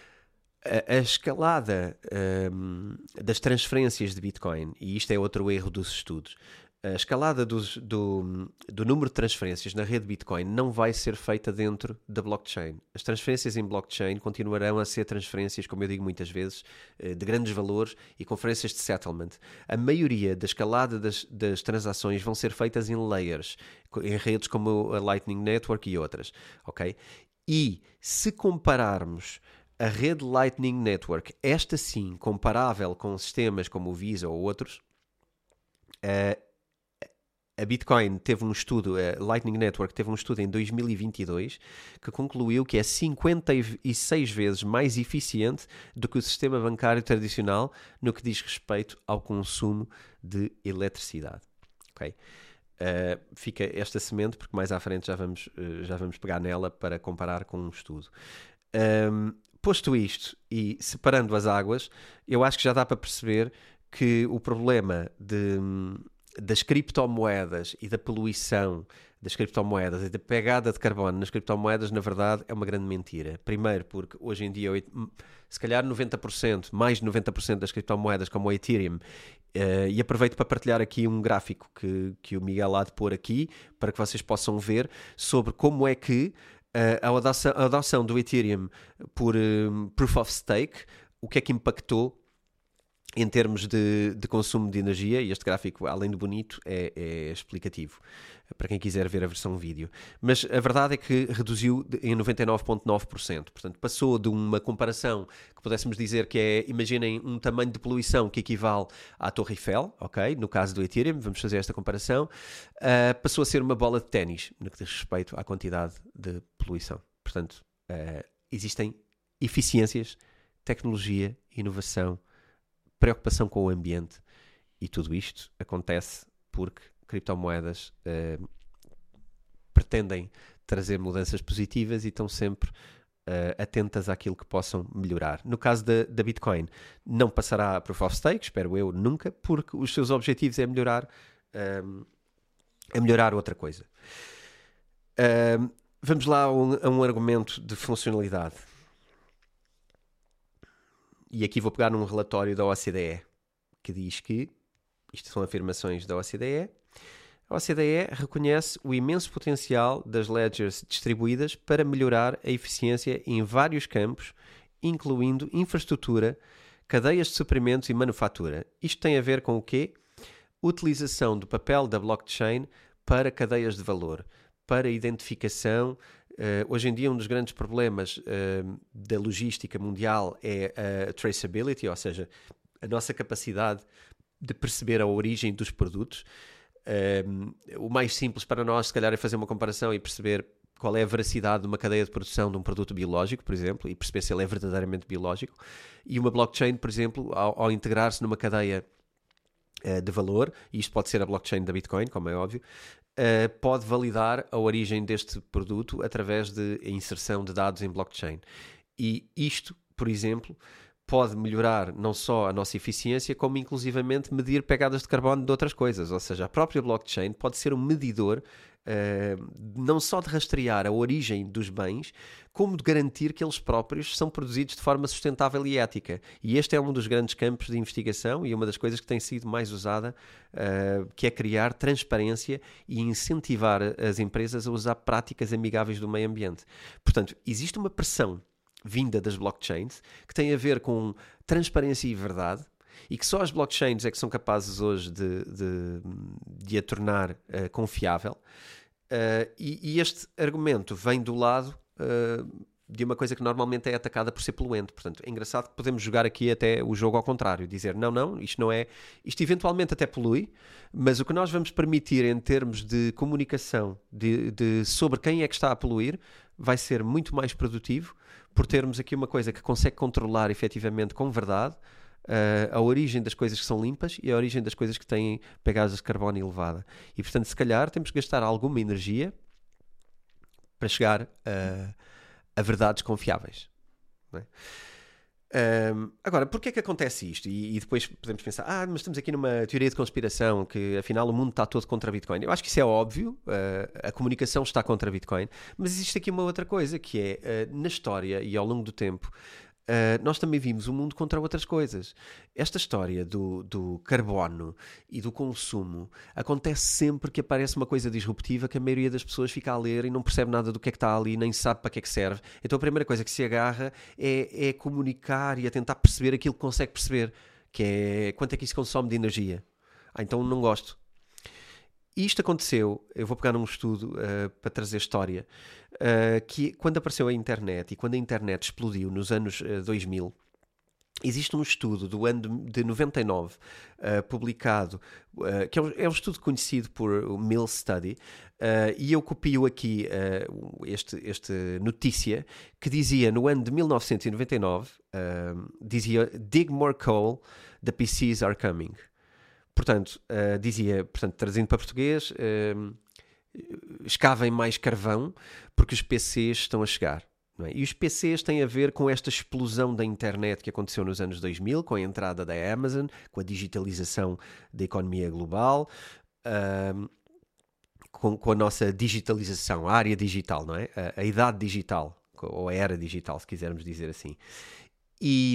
a, a escalada um, das transferências de Bitcoin, e isto é outro erro dos estudos. A escalada dos, do, do número de transferências na rede Bitcoin não vai ser feita dentro da blockchain. As transferências em blockchain continuarão a ser transferências, como eu digo muitas vezes, de grandes valores e conferências de settlement. A maioria da escalada das, das transações vão ser feitas em layers, em redes como a Lightning Network e outras. Okay? E se compararmos a rede Lightning Network, esta sim, comparável com sistemas como o Visa ou outros, uh, a Bitcoin teve um estudo, a Lightning Network teve um estudo em dois mil e vinte e dois que concluiu que é cinquenta e seis vezes mais eficiente do que o sistema bancário tradicional no que diz respeito ao consumo de eletricidade. Okay? Uh, fica esta semente, porque mais à frente já vamos, uh, já vamos pegar nela para comparar com um estudo. Um, posto isto e separando as águas, eu acho que já dá para perceber que o problema de... das criptomoedas e da poluição das criptomoedas e da pegada de carbono nas criptomoedas, na verdade, é uma grande mentira. Primeiro, porque hoje em dia, se calhar noventa por cento, mais de noventa por cento das criptomoedas, como o Ethereum, uh, e aproveito para partilhar aqui um gráfico que, que o Miguel há de pôr aqui, para que vocês possam ver sobre como é que uh, a, adoção, a adoção do Ethereum por um, Proof of Stake, o que é que impactou em termos de, de consumo de energia. E este gráfico, além de bonito, é, é explicativo, para quem quiser ver a versão vídeo. Mas a verdade é que reduziu em noventa e nove vírgula nove por cento. Portanto, passou de uma comparação que pudéssemos dizer que é, imaginem, um tamanho de poluição que equivale à Torre Eiffel, ok? No caso do Ethereum, vamos fazer esta comparação, uh, passou a ser uma bola de ténis no que diz respeito à quantidade de poluição. Portanto, uh, existem eficiências, tecnologia, inovação, preocupação com o ambiente, e tudo isto acontece porque criptomoedas uh, pretendem trazer mudanças positivas e estão sempre uh, atentas àquilo que possam melhorar. No caso da, da Bitcoin, não passará a Proof of Stake, espero eu, nunca, porque os seus objetivos é melhorar, um, é melhorar outra coisa. Um, vamos lá a um, a um argumento de funcionalidade. E aqui vou pegar num relatório da O C D E, que diz que, isto são afirmações da O C D E, a O C D E reconhece o imenso potencial das ledgers distribuídas para melhorar a eficiência em vários campos, incluindo infraestrutura, cadeias de suprimentos e manufatura. Isto tem a ver com o quê? Utilização do papel da blockchain para cadeias de valor, para identificação. Uh, hoje em dia, um dos grandes problemas uh, da logística mundial é a traceability, ou seja, a nossa capacidade de perceber a origem dos produtos. Uh, o mais simples para nós, se calhar, é fazer uma comparação e perceber qual é a veracidade de uma cadeia de produção de um produto biológico, por exemplo, e perceber se ele é verdadeiramente biológico. E uma blockchain, por exemplo, ao, ao integrar-se numa cadeia uh, de valor, e isto pode ser a blockchain da Bitcoin, como é óbvio, Uh, pode validar a origem deste produto através de inserção de dados em blockchain. E isto, por exemplo, pode melhorar não só a nossa eficiência, como inclusivamente medir pegadas de carbono de outras coisas. Ou seja, a própria blockchain pode ser um medidor uh, não só de rastrear a origem dos bens, como de garantir que eles próprios são produzidos de forma sustentável e ética. E este é um dos grandes campos de investigação e uma das coisas que tem sido mais usada, uh, que é criar transparência e incentivar as empresas a usar práticas amigáveis do meio ambiente. Portanto, existe uma pressão vinda das blockchains, que tem a ver com transparência e verdade, e que só as blockchains é que são capazes hoje de, de, de a tornar uh, confiável. Uh, e, e este argumento vem do lado uh, de uma coisa que normalmente é atacada por ser poluente. Portanto, é engraçado que podemos jogar aqui até o jogo ao contrário, dizer não, não, isto não é, isto eventualmente até polui, mas o que nós vamos permitir em termos de comunicação de, de, sobre quem é que está a poluir vai ser muito mais produtivo por termos aqui uma coisa que consegue controlar efetivamente com verdade uh, a origem das coisas que são limpas e a origem das coisas que têm pegadas de carbono elevada. E portanto, se calhar temos que gastar alguma energia para chegar a, a verdades confiáveis. Não é? Um, agora, porquê é que acontece isto? E, e depois podemos pensar, ah, mas estamos aqui numa teoria de conspiração, que afinal o mundo está todo contra Bitcoin. Eu acho que isso é óbvio, uh, a comunicação está contra Bitcoin, mas existe aqui uma outra coisa, que é, uh, na história e ao longo do tempo, Uh, nós também vimos o mundo contra outras coisas. Esta história do, do carbono e do consumo acontece sempre que aparece uma coisa disruptiva que a maioria das pessoas fica a ler e não percebe nada do que é que está ali, nem sabe para que é que serve. Então a primeira coisa que se agarra é, é comunicar e a tentar perceber aquilo que consegue perceber, que é quanto é que isso consome de energia. Ah, então não gosto. E isto aconteceu, eu vou pegar num estudo uh, para trazer história, uh, que quando apareceu a internet e quando a internet explodiu nos anos uh, dois mil, existe um estudo do ano de noventa e nove, uh, publicado, uh, que é um, é um estudo conhecido por o Mills Study, uh, e eu copio aqui uh, este, este notícia, que dizia no ano de mil novecentos e noventa e nove, uh, dizia "Dig more coal, the P Cs are coming". Portanto, uh, dizia, portanto, traduzindo para português, uh, escavem mais carvão porque os P Cs estão a chegar. Não é? E os P Cs têm a ver com esta explosão da internet que aconteceu nos anos dois mil, com a entrada da Amazon, com a digitalização da economia global, uh, com, com a nossa digitalização, a área digital, não é? A, a idade digital, ou a era digital, se quisermos dizer assim. E...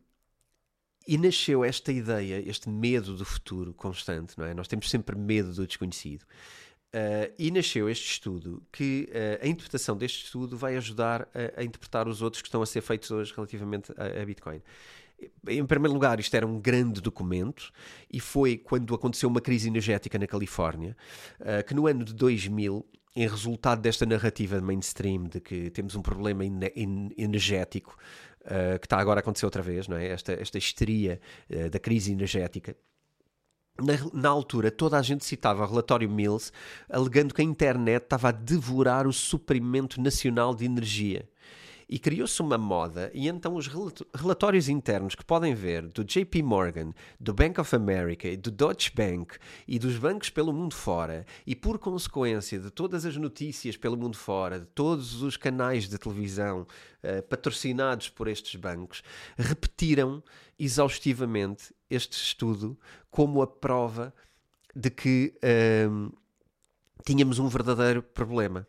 E nasceu esta ideia, este medo do futuro constante, não é? Nós temos sempre medo do desconhecido. Uh, e nasceu este estudo, que uh, a interpretação deste estudo vai ajudar a, a interpretar os outros que estão a ser feitos hoje relativamente a, a Bitcoin. Em primeiro lugar, isto era um grande documento e foi quando aconteceu uma crise energética na Califórnia, uh, que no ano de dois mil, em resultado desta narrativa mainstream de que temos um problema energético, Uh, que está agora a acontecer outra vez, não é? Esta, esta histeria uh, da crise energética. Na, na altura, toda a gente citava o relatório Mills, alegando que a internet estava a devorar o suprimento nacional de energia. E criou-se uma moda, e então os relatórios internos que podem ver do J P Morgan, do Bank of America, do Deutsche Bank e dos bancos pelo mundo fora, e por consequência de todas as notícias pelo mundo fora, de todos os canais de televisão uh, patrocinados por estes bancos, repetiram exaustivamente este estudo como a prova de que uh, tínhamos um verdadeiro problema.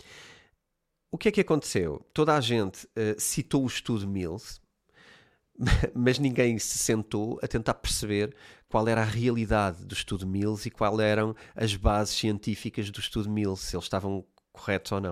O que é que aconteceu? Toda a gente uh, citou o estudo Mills, mas ninguém se sentou a tentar perceber qual era a realidade do estudo Mills e quais eram as bases científicas do estudo Mills, se eles estavam corretos ou não.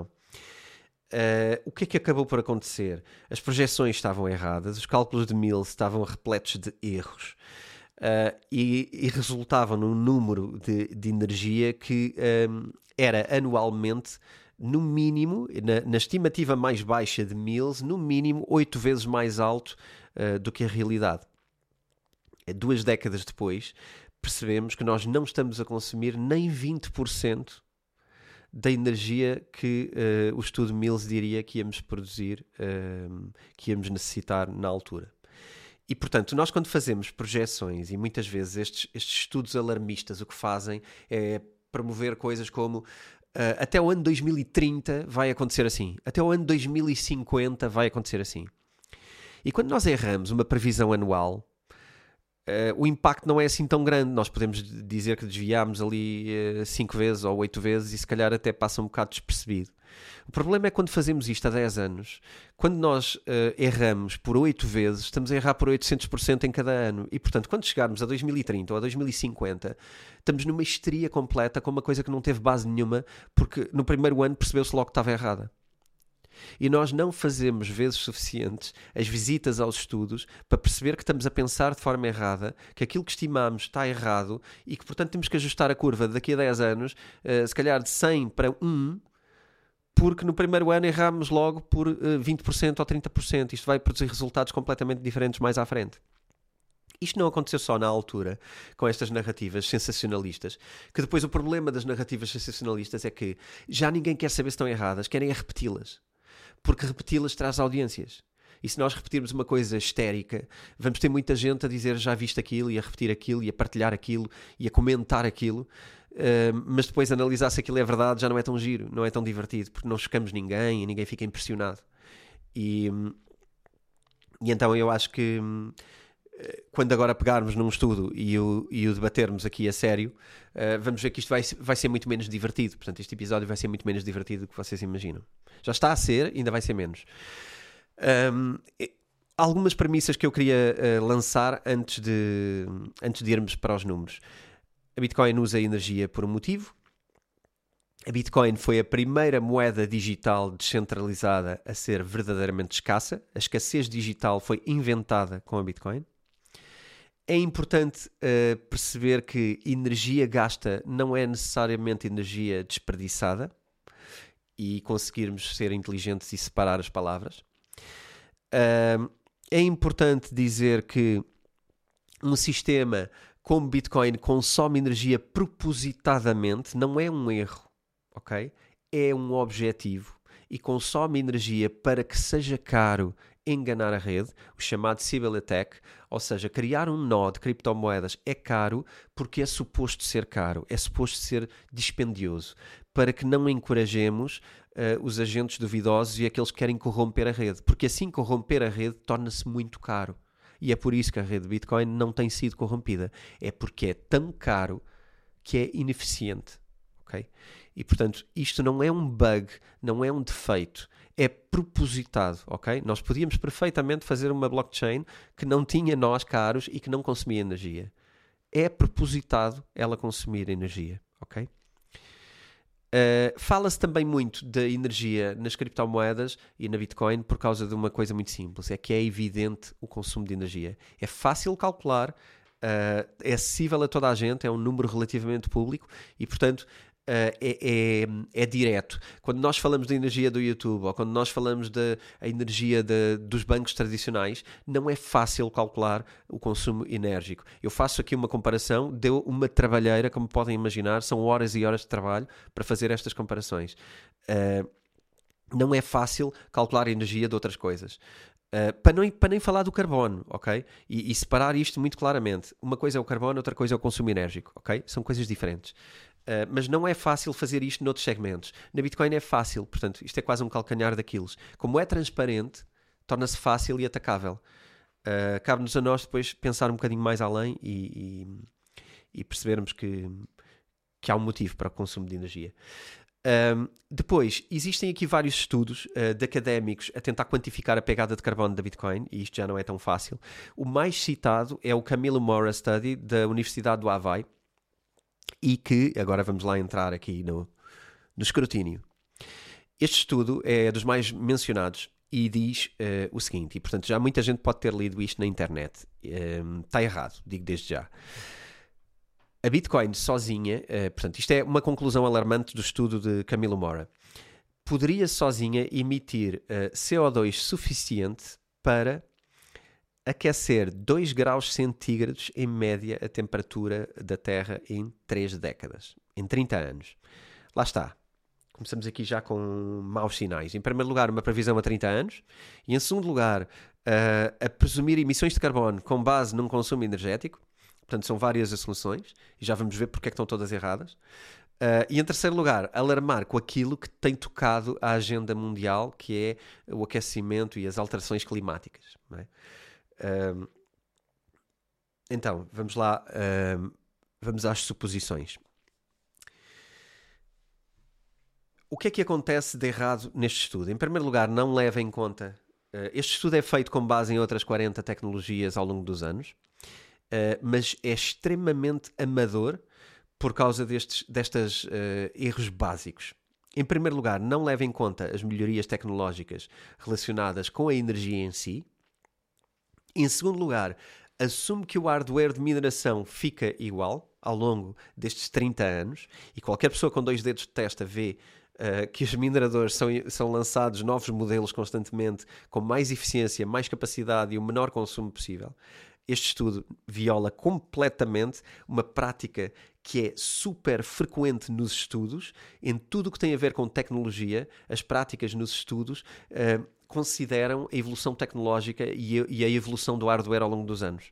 Uh, o que é que acabou por acontecer? As projeções estavam erradas, os cálculos de Mills estavam repletos de erros. Uh, e, e resultavam num número de, de energia que um, era anualmente, no mínimo, na, na estimativa mais baixa de Mills, no mínimo oito vezes mais alto uh, do que a realidade. Duas décadas depois, percebemos que nós não estamos a consumir nem vinte por cento da energia que uh, o estudo Mills diria que íamos produzir, uh, que íamos necessitar na altura. E, portanto, nós quando fazemos projeções, e muitas vezes estes, estes estudos alarmistas o que fazem é promover coisas como Uh, até o ano dois mil e trinta vai acontecer assim. Até o ano dois mil e cinquenta vai acontecer assim. E quando nós erramos uma previsão anual, uh, o impacto não é assim tão grande. Nós podemos dizer que desviámos ali cinco uh, vezes ou oito vezes e se calhar até passa um bocado despercebido. O problema é quando fazemos isto há dez anos, quando nós uh, erramos por oito vezes, estamos a errar por oitocentos por cento em cada ano. E, portanto, quando chegarmos a dois mil e trinta ou a dois mil e cinquenta, estamos numa histeria completa com uma coisa que não teve base nenhuma, porque no primeiro ano percebeu-se logo que estava errada. E nós não fazemos vezes suficientes as visitas aos estudos para perceber que estamos a pensar de forma errada, que aquilo que estimamos está errado e que, portanto, temos que ajustar a curva daqui a dez anos, uh, se calhar de cem para um, porque no primeiro ano erramos logo por uh, vinte por cento ou trinta por cento. Isto vai produzir resultados completamente diferentes mais à frente. Isto não aconteceu só na altura, com estas narrativas sensacionalistas, que depois o problema das narrativas sensacionalistas é que já ninguém quer saber se estão erradas, querem é repeti-las. Porque repeti-las traz audiências. E se nós repetirmos uma coisa histérica, vamos ter muita gente a dizer já viste aquilo, e a repetir aquilo, e a partilhar aquilo, e a comentar aquilo, uh, mas depois analisar se aquilo é verdade já não é tão giro, não é tão divertido, porque não chocamos ninguém e ninguém fica impressionado. E, e então eu acho que quando agora pegarmos num estudo e o, e o debatermos aqui a sério, uh, vamos ver que isto vai, vai ser muito menos divertido. Portanto, este episódio vai ser muito menos divertido do que vocês imaginam. Já está a ser, ainda vai ser menos. Um, algumas premissas que eu queria uh, lançar antes de, antes de irmos para os números. A Bitcoin usa energia por um motivo. A Bitcoin foi a primeira moeda digital descentralizada a ser verdadeiramente escassa. A escassez digital foi inventada com a Bitcoin. É importante uh, perceber que energia gasta não é necessariamente energia desperdiçada e conseguirmos ser inteligentes e separar as palavras. Uh, é importante dizer que um sistema como Bitcoin consome energia propositadamente, não é um erro, ok? É um objetivo e consome energia para que seja caro enganar a rede, o chamado Sybil Attack, ou seja, criar um nó de criptomoedas é caro porque é suposto ser caro, é suposto ser dispendioso, para que não encorajemos uh, os agentes duvidosos e aqueles que querem corromper a rede, porque assim corromper a rede torna-se muito caro. E é por isso que a rede Bitcoin não tem sido corrompida. É porque é tão caro que é ineficiente. Okay? E, portanto, isto não é um bug, não é um defeito. É propositado. Okay? Nós podíamos perfeitamente fazer uma blockchain que não tinha nós caros e que não consumia energia. É propositado ela consumir energia. Okay? Uh, fala-se também muito da energia nas criptomoedas e na Bitcoin por causa de uma coisa muito simples, é que é evidente o consumo de energia. É fácil calcular, uh, é acessível a toda a gente, é um número relativamente público e, portanto, Uh, é, é, é direto. Quando nós falamos da energia do YouTube ou quando nós falamos da energia de, dos bancos tradicionais, não é fácil calcular o consumo enérgico. Eu faço aqui uma comparação, deu uma trabalheira, como podem imaginar, são horas e horas de trabalho para fazer estas comparações. Uh, não é fácil calcular a energia de outras coisas. Uh, para, não, para nem falar do carbono, ok? E, e separar isto muito claramente. Uma coisa é o carbono, outra coisa é o consumo enérgico, ok? São coisas diferentes. Uh, mas não é fácil fazer isto noutros segmentos. Na Bitcoin é fácil, portanto, isto é quase um calcanhar daqueles. Como é transparente, torna-se fácil e atacável. Uh, cabe-nos a nós depois pensar um bocadinho mais além e, e, e percebermos que, que há um motivo para o consumo de energia. Um, depois, existem aqui vários estudos uh, de académicos a tentar quantificar a pegada de carbono da Bitcoin, e isto já não é tão fácil. O mais citado é o Camilo Moura Study, da Universidade do Havaí, e que, agora vamos lá entrar aqui no, no escrutínio. Este estudo é dos mais mencionados e diz uh, o seguinte, e portanto já muita gente pode ter lido isto na internet. Um, está errado, digo desde já. A Bitcoin sozinha, uh, portanto isto é uma conclusão alarmante do estudo de Camilo Moura, poderia sozinha emitir uh, C O dois suficiente para aquecer dois graus centígrados em média a temperatura da Terra em três décadas, em trinta anos. Lá está. Começamos aqui já com maus sinais. Em primeiro lugar, uma previsão a trinta anos. E em segundo lugar, uh, a presumir emissões de carbono com base num consumo energético. Portanto, são várias as soluções. E já vamos ver porque é que estão todas erradas. Uh, e em terceiro lugar, alarmar com aquilo que tem tocado a agenda mundial, que é o aquecimento e as alterações climáticas. Não é? Uh, então, vamos lá, uh, vamos às suposições. O que é que acontece de errado neste estudo? Em primeiro lugar, não leva em conta... Uh, este estudo é feito com base em outras quarenta tecnologias ao longo dos anos, uh, mas é extremamente amador por causa destes destes, uh, erros básicos. Em primeiro lugar, não leva em conta as melhorias tecnológicas relacionadas com a energia em si. Em segundo lugar, assume que o hardware de mineração fica igual ao longo destes trinta anos, e qualquer pessoa com dois dedos de testa vê uh, que os mineradores são, são lançados novos modelos constantemente, com mais eficiência, mais capacidade e o menor consumo possível. Este estudo viola completamente uma prática que é super frequente nos estudos. Em tudo o que tem a ver com tecnologia, as práticas nos estudos uh, consideram a evolução tecnológica e a, e a evolução do hardware ao longo dos anos.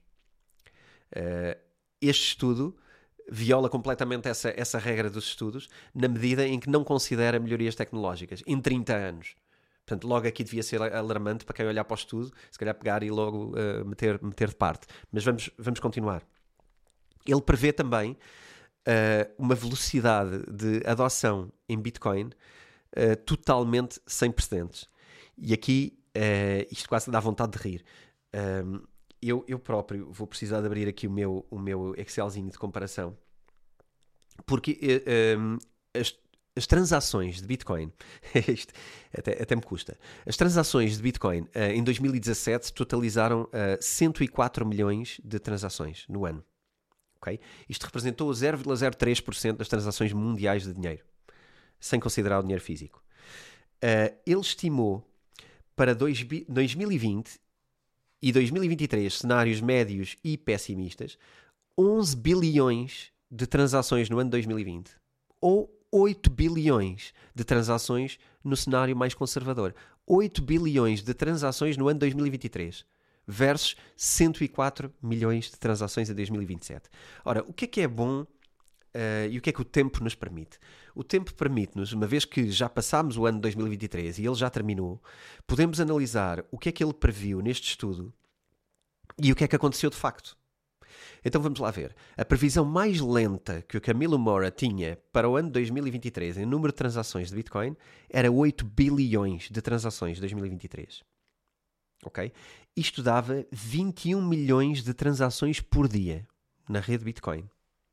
Uh, este estudo viola completamente essa, essa regra dos estudos, na medida em que não considera melhorias tecnológicas em trinta anos. Portanto, logo aqui devia ser alarmante para quem olhar para o estudo, se calhar pegar e logo uh, meter, meter de parte. Mas vamos, vamos continuar. Ele prevê também uh, uma velocidade de adoção em Bitcoin uh, totalmente sem precedentes. E aqui, uh, isto quase dá vontade de rir. Um, eu, eu próprio vou precisar de abrir aqui o meu, o meu Excelzinho de comparação. Porque uh, um, as As transações de Bitcoin, isto até, até me custa, as transações de Bitcoin uh, em dois mil e dezassete totalizaram uh, cento e quatro milhões de transações no ano. Okay? Isto representou zero vírgula zero três por cento das transações mundiais de dinheiro, sem considerar o dinheiro físico. Uh, ele estimou para dois mil e vinte e dois mil e vinte e três cenários médios e pessimistas, onze bilhões de transações no ano dois mil e vinte, ou oito bilhões de transações no cenário mais conservador. oito bilhões de transações no ano dois mil e vinte e três versus cento e quatro milhões de transações em dois mil e vinte e sete. Ora, o que é que é bom uh, e o que é que o tempo nos permite? O tempo permite-nos, uma vez que já passámos o ano de dois mil e vinte e três e ele já terminou, podemos analisar o que é que ele previu neste estudo e o que é que aconteceu de facto. Então vamos lá ver. A previsão mais lenta que o Camilo Moura tinha para o ano de dois mil e vinte e três em número de transações de Bitcoin era oito bilhões de transações em dois mil e vinte e três. Ok? Isto dava vinte e um milhões de transações por dia na rede Bitcoin.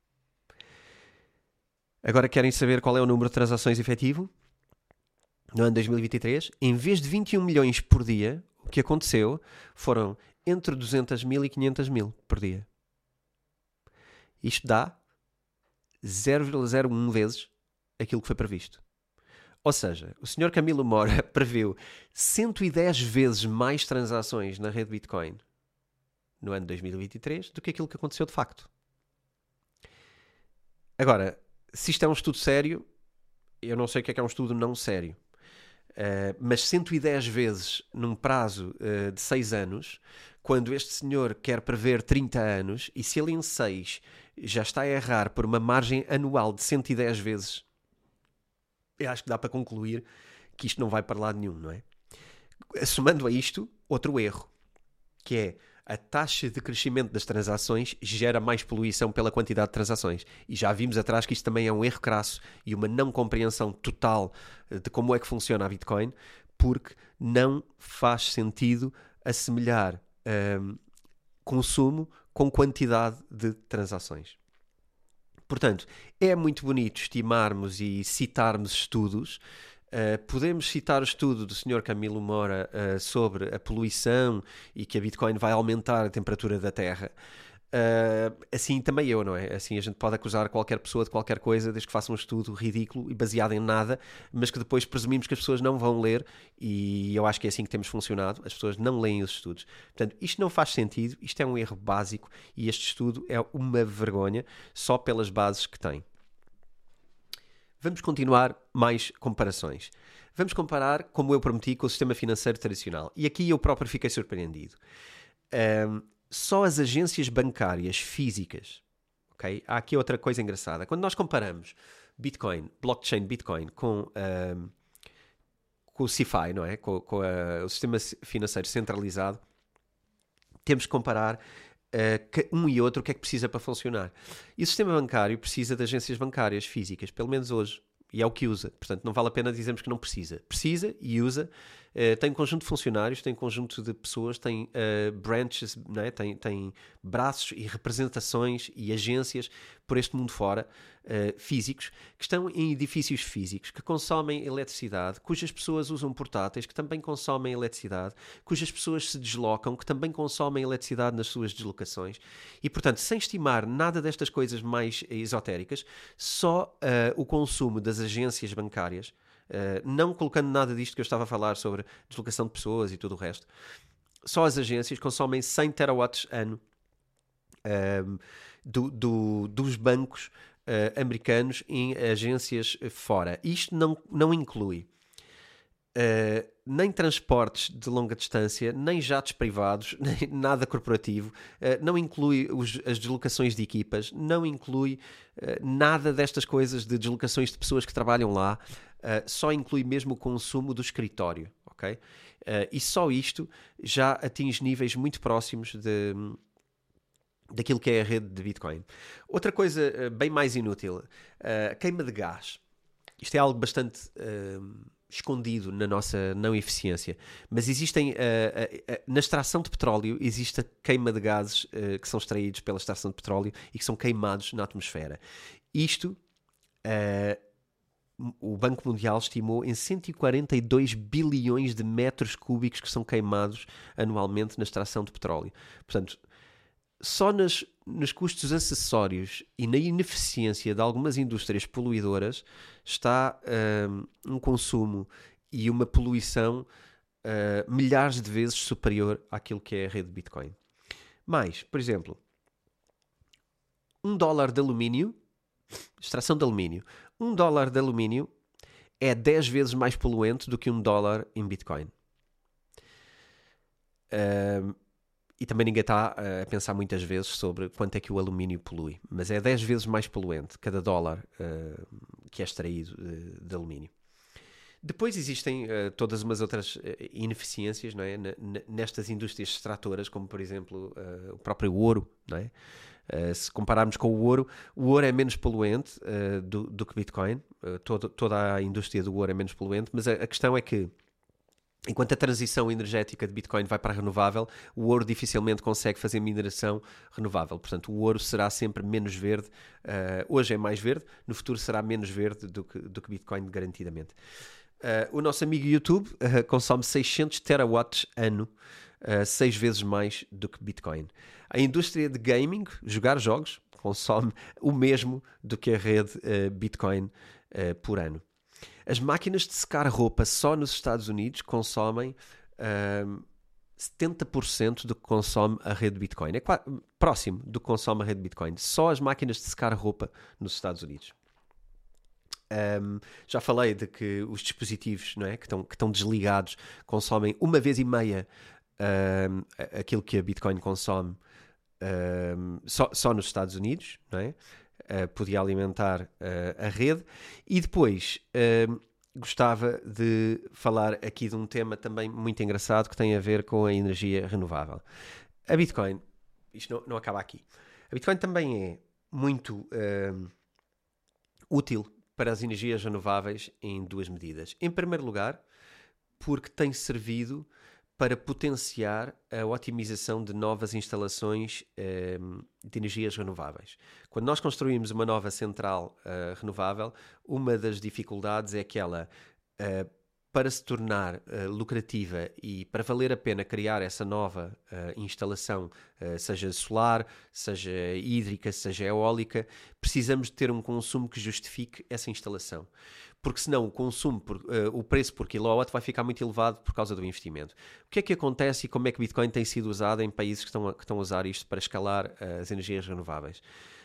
Agora querem saber qual é o número de transações efetivo? No ano de dois mil e vinte e três, em vez de vinte e um milhões por dia, o que aconteceu foram entre duzentos mil e quinhentos mil por dia. Isto dá zero vírgula zero um vezes aquilo que foi previsto. Ou seja, o senhor Camilo Moura previu cento e dez vezes mais transações na rede Bitcoin no ano de dois mil e vinte e três do que aquilo que aconteceu de facto. Agora, se isto é um estudo sério, eu não sei o que é que é um estudo não sério, uh, mas cento e dez vezes num prazo uh, de seis anos, quando este senhor quer prever trinta anos, e se ele em seis já está a errar por uma margem anual de cento e dez vezes, eu acho que dá para concluir que isto não vai para lado nenhum, não é? Somando a isto, outro erro, que é a taxa de crescimento das transações gera mais poluição pela quantidade de transações. E já vimos atrás que isto também é um erro crasso e uma não compreensão total de como é que funciona a Bitcoin, porque não faz sentido assemelhar um, consumo com quantidade de transações. Portanto, é muito bonito estimarmos e citarmos estudos. Uh, podemos citar o estudo do senhor Camilo Moura uh, sobre a poluição e que a Bitcoin vai aumentar a temperatura da Terra. Uh, assim também eu, não é? Assim a gente pode acusar qualquer pessoa de qualquer coisa desde que faça um estudo ridículo e baseado em nada, mas que depois presumimos que as pessoas não vão ler, e eu acho que é assim que temos funcionado. As pessoas não leem os estudos. Portanto, isto não faz sentido, isto é um erro básico e este estudo é uma vergonha só pelas bases que tem. Vamos continuar mais comparações. Vamos comparar, como eu prometi, com o sistema financeiro tradicional. E aqui eu próprio fiquei surpreendido. Um, só as agências bancárias físicas, ok? Há aqui outra coisa engraçada. Quando nós comparamos Bitcoin, blockchain Bitcoin, com, uh, com o C F I, não é? Com, com a, o sistema financeiro centralizado, temos que comparar uh, um e outro o que é que precisa para funcionar. E o sistema bancário precisa de agências bancárias físicas, pelo menos hoje. E é o que usa. Portanto, não vale a pena dizermos que não precisa. Precisa e usa. Uh, tem um conjunto de funcionários, tem um conjunto de pessoas, tem uh, branches, não é? tem, tem braços e representações e agências por este mundo fora, uh, físicos, que estão em edifícios físicos, que consomem eletricidade, cujas pessoas usam portáteis, que também consomem eletricidade, cujas pessoas se deslocam, que também consomem eletricidade nas suas deslocações. E, portanto, sem estimar nada destas coisas mais esotéricas, só uh, o consumo das agências bancárias, uh, não colocando nada disto que eu estava a falar sobre deslocação de pessoas e tudo o resto, só as agências consomem cem terawatts ano um, do, do, dos bancos uh, americanos em agências fora. Isto não, não inclui uh, nem transportes de longa distância, nem jatos privados, nem nada corporativo, uh, não inclui os, as deslocações de equipas, não inclui uh, nada destas coisas de deslocações de pessoas que trabalham lá, uh, só inclui mesmo o consumo do escritório, ok? Uh, e só isto já atinge níveis muito próximos de... daquilo que é a rede de Bitcoin. Outra coisa uh, bem mais inútil, uh, a queima de gás. Isto é algo bastante uh, escondido na nossa não eficiência, mas existem, uh, uh, uh, na extração de petróleo, existe a queima de gases uh, que são extraídos pela extração de petróleo e que são queimados na atmosfera. Isto, uh, o Banco Mundial estimou em cento e quarenta e dois bilhões de metros cúbicos que são queimados anualmente na extração de petróleo. Portanto, só nas, nos custos acessórios e na ineficiência de algumas indústrias poluidoras está um, um consumo e uma poluição uh, milhares de vezes superior àquilo que é a rede de Bitcoin. Mas, por exemplo, um dólar de alumínio, extração de alumínio, um dólar de alumínio é dez vezes mais poluente do que um dólar em Bitcoin. Uh, E também ninguém está a pensar muitas vezes sobre quanto é que o alumínio polui. Mas é dez vezes mais poluente cada dólar uh, que é extraído de, de alumínio. Depois existem uh, todas umas outras uh, ineficiências, não é? N- n- nestas indústrias extratoras, como por exemplo uh, o próprio ouro. Não é? Uh, se compararmos com o ouro, o ouro é menos poluente uh, do, do que Bitcoin. Uh, todo, toda a indústria do ouro é menos poluente, mas a, a questão é que enquanto a transição energética de Bitcoin vai para a renovável, o ouro dificilmente consegue fazer mineração renovável. Portanto, o ouro será sempre menos verde. Uh, hoje é mais verde, no futuro será menos verde do que, do que Bitcoin, garantidamente. Uh, o nosso amigo YouTube uh, consome seiscentos terawatts ano, uh, seis vezes mais do que Bitcoin. A indústria de gaming, jogar jogos, consome o mesmo do que a rede uh, Bitcoin uh, por ano. As máquinas de secar roupa só nos Estados Unidos consomem um, setenta por cento do que consome a rede Bitcoin. É quase, próximo do que consome a rede Bitcoin. Só as máquinas de secar roupa nos Estados Unidos. Um, já falei de que os dispositivos, não é, que, estão, que estão desligados consomem uma vez e meia um, aquilo que a Bitcoin consome um, só, só nos Estados Unidos, não é? Uh, podia alimentar uh, a rede. E depois uh, gostava de falar aqui de um tema também muito engraçado que tem a ver com a energia renovável. A Bitcoin, isto não, não acaba aqui, a Bitcoin também é muito uh, útil para as energias renováveis em duas medidas. Em primeiro lugar, porque tem servido para potenciar a otimização de novas instalações um, de energias renováveis. Quando nós construímos uma nova central uh, renovável, uma das dificuldades é que ela, uh, para se tornar uh, lucrativa e para valer a pena criar essa nova uh, instalação, uh, seja solar, seja hídrica, seja eólica, precisamos de ter um consumo que justifique essa instalação. Porque senão o consumo, por, uh, o preço por quilowatt vai ficar muito elevado por causa do investimento. O que é que acontece e como é que Bitcoin tem sido usado em países que estão a, que estão a usar isto para escalar uh, as energias renováveis?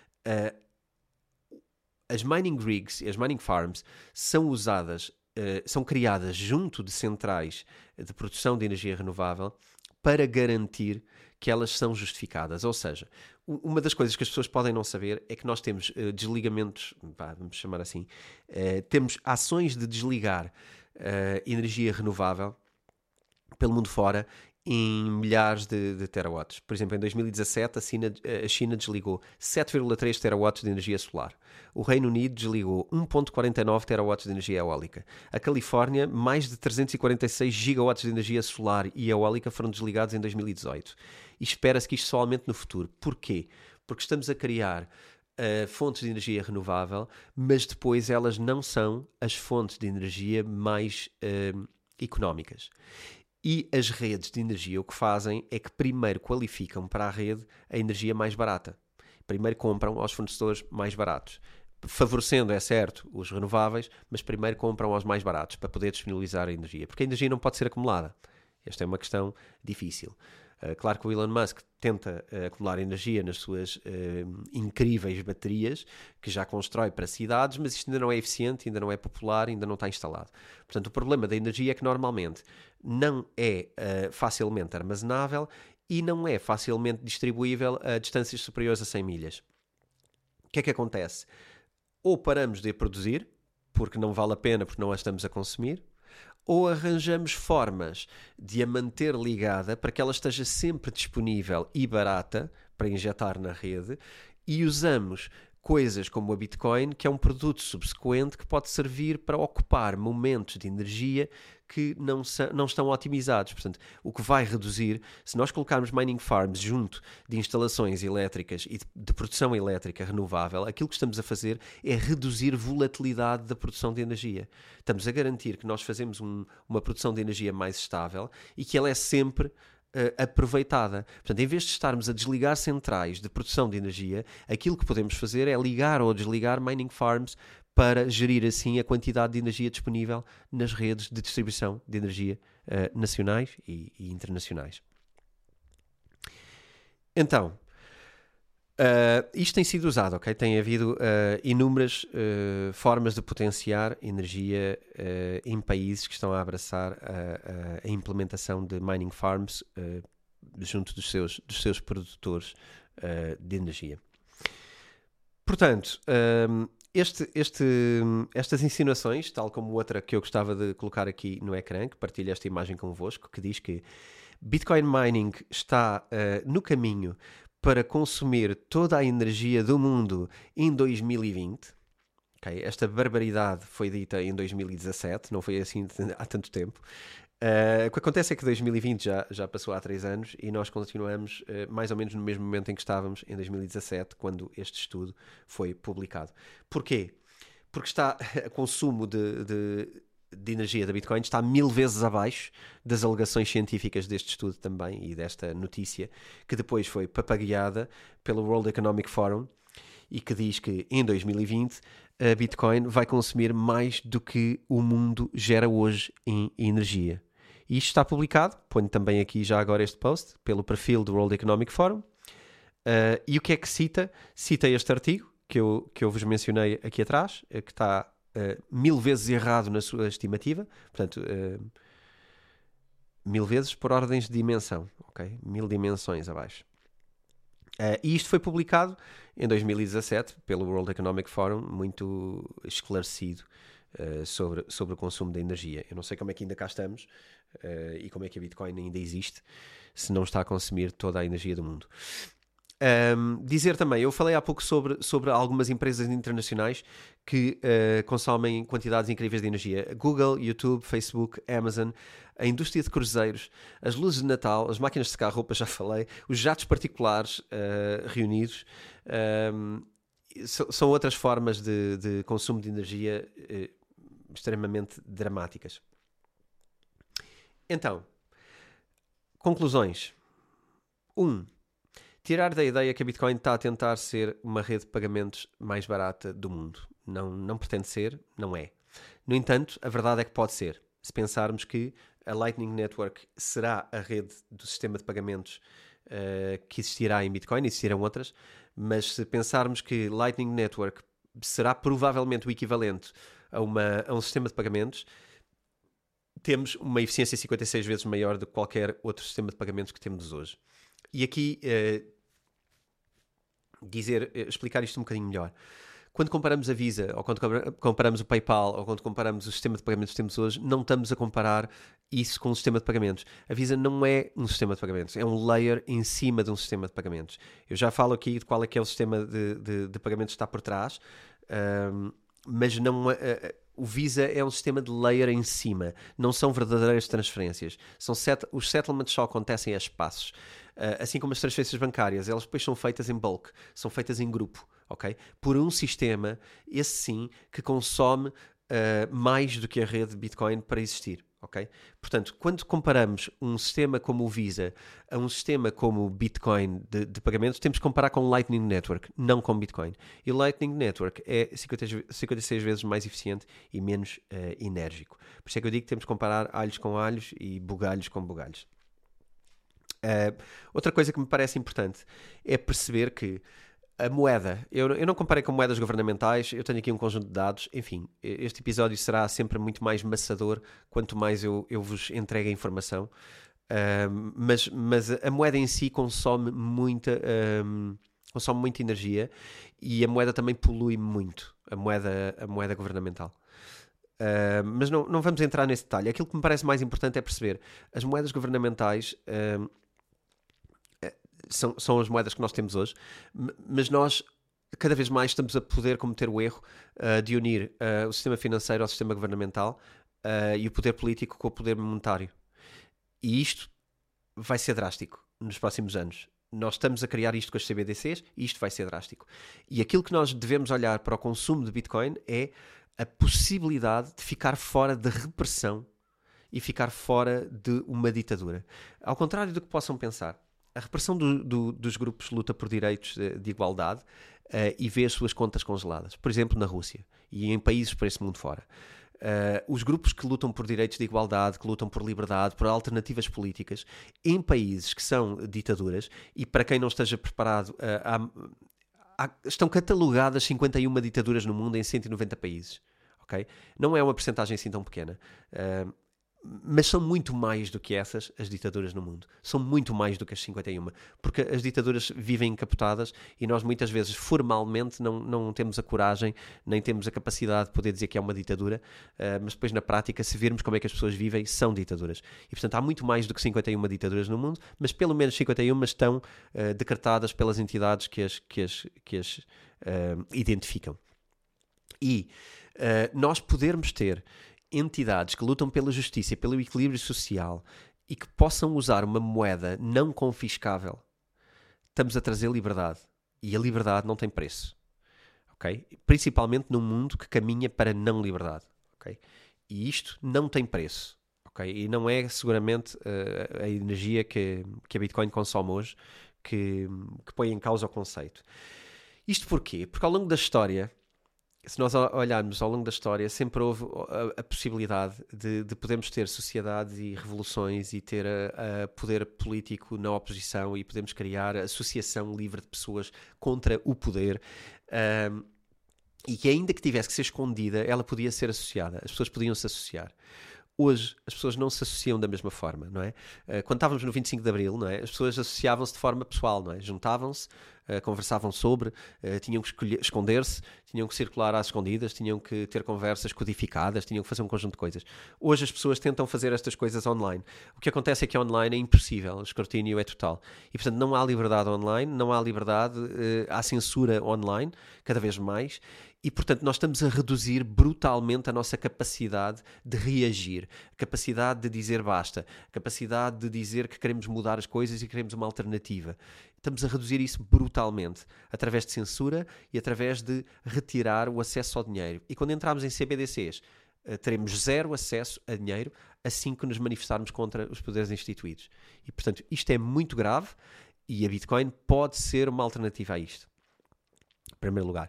Uh, as mining rigs e as mining farms são usadas, uh, são criadas junto de centrais de produção de energia renovável para garantir que elas são justificadas. Ou seja, uma das coisas que as pessoas podem não saber é que nós temos uh, desligamentos, pá, vamos chamar assim, uh, temos ações de desligar uh, energia renovável pelo mundo fora em milhares de, de terawatts. Por exemplo, em dois mil e dezassete a China, a China desligou sete vírgula três terawatts de energia solar. O Reino Unido desligou um vírgula quarenta e nove terawatts de energia eólica. A Califórnia, mais de trezentos e quarenta e seis gigawatts de energia solar e eólica foram desligados em dois mil e dezoito. E espera-se que isto só aumente no futuro. Porquê? Porque estamos a criar uh, fontes de energia renovável, mas depois elas não são as fontes de energia mais uh, económicas. E as redes de energia o que fazem é que primeiro qualificam para a rede a energia mais barata. Primeiro compram aos fornecedores mais baratos. Favorecendo, é certo, os renováveis, mas primeiro compram aos mais baratos para poder disponibilizar a energia. Porque a energia não pode ser acumulada. Esta é uma questão difícil. Uh, claro que o Elon Musk tenta uh, acumular energia nas suas uh, incríveis baterias, que já constrói para cidades, mas isto ainda não é eficiente, ainda não é popular, ainda não está instalado. Portanto, o problema da energia é que normalmente não é uh, facilmente armazenável e não é facilmente distribuível a distâncias superiores a cem milhas. O que é que acontece? Ou paramos de a produzir, porque não vale a pena, porque não a estamos a consumir, ou arranjamos formas de a manter ligada para que ela esteja sempre disponível e barata para injetar na rede, e usamos coisas como a Bitcoin, que é um produto subsequente que pode servir para ocupar momentos de energia que não, são, não estão otimizados. Portanto, o que vai reduzir, se nós colocarmos mining farms junto de instalações elétricas e de, de produção elétrica renovável, aquilo que estamos a fazer é reduzir a volatilidade da produção de energia. Estamos a garantir que nós fazemos um, uma produção de energia mais estável e que ela é sempre Uh, aproveitada. Portanto, em vez de estarmos a desligar centrais de produção de energia, aquilo que podemos fazer é ligar ou desligar mining farms para gerir assim a quantidade de energia disponível nas redes de distribuição de energia uh, nacionais e, e internacionais. Então, Uh, isto tem sido usado, ok? Tem havido uh, inúmeras uh, formas de potenciar energia uh, em países que estão a abraçar a, a, a implementação de mining farms uh, junto dos seus, dos seus produtores uh, de energia. Portanto, um, este, este, estas insinuações, tal como outra que eu gostava de colocar aqui no ecrã, que partilha esta imagem convosco, que diz que Bitcoin mining está uh, no caminho para consumir toda a energia do mundo em dois mil e vinte. Okay? Esta barbaridade foi dita em dois mil e dezassete, não foi assim há tanto tempo. Uh, o que acontece é que dois mil e vinte já, já passou há três anos e nós continuamos uh, mais ou menos no mesmo momento em que estávamos em dois mil e dezassete, quando este estudo foi publicado. Porquê? Porque está a consumo de... de de energia da Bitcoin está mil vezes abaixo das alegações científicas deste estudo também e desta notícia, que depois foi papagueada pelo World Economic Forum e que diz que em dois mil e vinte a Bitcoin vai consumir mais do que o mundo gera hoje em energia. E isto está publicado, ponho também aqui já agora este post, pelo perfil do World Economic Forum. Uh, e o que é que cita? Cita este artigo que eu, que eu vos mencionei aqui atrás, que está Uh, mil vezes errado na sua estimativa, portanto, uh, mil vezes por ordens de dimensão, ok? Mil dimensões abaixo. Uh, e isto foi publicado em dois mil e dezassete pelo World Economic Forum, muito esclarecido uh, sobre, sobre o consumo de energia. Eu não sei como é que ainda cá estamos uh, e como é que a Bitcoin ainda existe se não está a consumir toda a energia do mundo. Um, dizer também, eu falei há pouco sobre, sobre algumas empresas internacionais que uh, consomem quantidades incríveis de energia. Google, YouTube, Facebook, Amazon, a indústria de cruzeiros, as luzes de Natal, as máquinas de secar roupa, já falei, os jatos particulares uh, reunidos, um, so, são outras formas de, de consumo de energia uh, extremamente dramáticas. Então, conclusões. Um, tirar da ideia que a Bitcoin está a tentar ser uma rede de pagamentos mais barata do mundo. Não, não pretende ser, não é. No entanto, a verdade é que pode ser. Se pensarmos que a Lightning Network será a rede do sistema de pagamentos uh, que existirá em Bitcoin, existirão outras, mas se pensarmos que Lightning Network será provavelmente o equivalente a, uma, a um sistema de pagamentos, temos uma eficiência cinquenta e seis vezes maior do que qualquer outro sistema de pagamentos que temos hoje. e aqui uh, dizer, explicar isto um bocadinho melhor. Quando comparamos a Visa, ou quando comparamos o PayPal, ou quando comparamos o sistema de pagamentos que temos hoje, não estamos a comparar isso com um sistema de pagamentos. A Visa não é um sistema de pagamentos, é um layer em cima de um sistema de pagamentos. Eu já falo aqui de qual é que é o sistema de, de, de pagamentos que está por trás, um, mas não, uh, uh, o Visa é um sistema de layer em cima, não são verdadeiras transferências. São set, os settlements só acontecem a espaços. Uh, assim como as transferências bancárias, elas depois são feitas em bulk, são feitas em grupo, ok? Por um sistema, esse sim, que consome uh, mais do que a rede Bitcoin para existir, ok? Portanto, quando comparamos um sistema como o Visa a um sistema como o Bitcoin de, de pagamentos, temos que comparar com o Lightning Network, não com Bitcoin. E o Lightning Network é cinquenta, cinquenta e seis vezes mais eficiente e menos uh, enérgico. Por isso é que eu digo que temos que comparar alhos com alhos e bugalhos com bugalhos. Uh, outra coisa que me parece importante é perceber que a moeda, eu, eu não comparei com moedas governamentais, eu tenho aqui um conjunto de dados, enfim, este episódio será sempre muito mais maçador quanto mais eu, eu vos entrego a informação, uh, mas, mas a moeda em si consome muita, um, consome muita energia e a moeda também polui muito, a moeda, a moeda governamental. Uh, mas não, não vamos entrar nesse detalhe. Aquilo que me parece mais importante é perceber as moedas governamentais uh, São, são as moedas que nós temos hoje, mas nós cada vez mais estamos a poder cometer o erro uh, de unir uh, o sistema financeiro ao sistema governamental uh, e o poder político com o poder monetário. E isto vai ser drástico nos próximos anos. Nós estamos a criar isto com as C B D Cs e isto vai ser drástico. E aquilo que nós devemos olhar para o consumo de Bitcoin é a possibilidade de ficar fora de repressão e ficar fora de uma ditadura. Ao contrário do que possam pensar, a repressão do, do, dos grupos luta por direitos de, de igualdade uh, e vê as suas contas congeladas. Por exemplo, na Rússia e em países por esse mundo fora. Uh, os grupos que lutam por direitos de igualdade, que lutam por liberdade, por alternativas políticas, em países que são ditaduras, e para quem não esteja preparado, uh, há, há, estão catalogadas cinquenta e uma ditaduras no mundo em cento e noventa países. Okay? Não é uma percentagem assim tão pequena. Uh, Mas são muito mais do que essas, as ditaduras no mundo. São muito mais do que as cinquenta e uma. Porque as ditaduras vivem encapotadas e nós muitas vezes, formalmente, não, não temos a coragem, nem temos a capacidade de poder dizer que é uma ditadura, uh, mas depois, na prática, se virmos como é que as pessoas vivem, são ditaduras. E, portanto, há muito mais do que cinquenta e uma ditaduras no mundo, mas pelo menos cinquenta e uma estão uh, decretadas pelas entidades que as, que as, que as uh, identificam. E uh, nós podermos ter entidades que lutam pela justiça e pelo equilíbrio social e que possam usar uma moeda não confiscável, estamos a trazer liberdade. E a liberdade não tem preço. Okay? Principalmente num mundo que caminha para não liberdade. Okay? E isto não tem preço. Okay? E não é seguramente uh, a energia que, que a Bitcoin consome hoje que, que põe em causa o conceito. Isto porquê? Porque ao longo da história, se nós olharmos ao longo da história, sempre houve a, a possibilidade de, de podermos ter sociedades e revoluções e ter a, a poder político na oposição e podemos criar a associação livre de pessoas contra o poder, um, e que ainda que tivesse que ser escondida, ela podia ser associada, as pessoas podiam se associar. Hoje as pessoas não se associam da mesma forma, não é? Quando estávamos no vinte e cinco de Abril, não é? As pessoas associavam-se de forma pessoal, não é? Juntavam-se, uh, conversavam sobre, uh, tinham que escolher, esconder-se, tinham que circular às escondidas, tinham que ter conversas codificadas, tinham que fazer um conjunto de coisas. Hoje as pessoas tentam fazer estas coisas online. O que acontece é que online é impossível, o escrutínio é total. E, portanto, não há liberdade online, não há liberdade, uh, há censura online, cada vez mais. E, portanto, nós estamos a reduzir brutalmente a nossa capacidade de reagir, a capacidade de dizer basta, a capacidade de dizer que queremos mudar as coisas e queremos uma alternativa. Estamos a reduzir isso brutalmente, através de censura e através de retirar o acesso ao dinheiro. E quando entrarmos em C B D Cs, teremos zero acesso a dinheiro assim que nos manifestarmos contra os poderes instituídos. E, portanto, isto é muito grave e a Bitcoin pode ser uma alternativa a isto. Em primeiro lugar.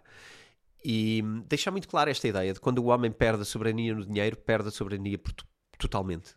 E deixar muito clara esta ideia de quando o homem perde a soberania no dinheiro, perde a soberania totalmente.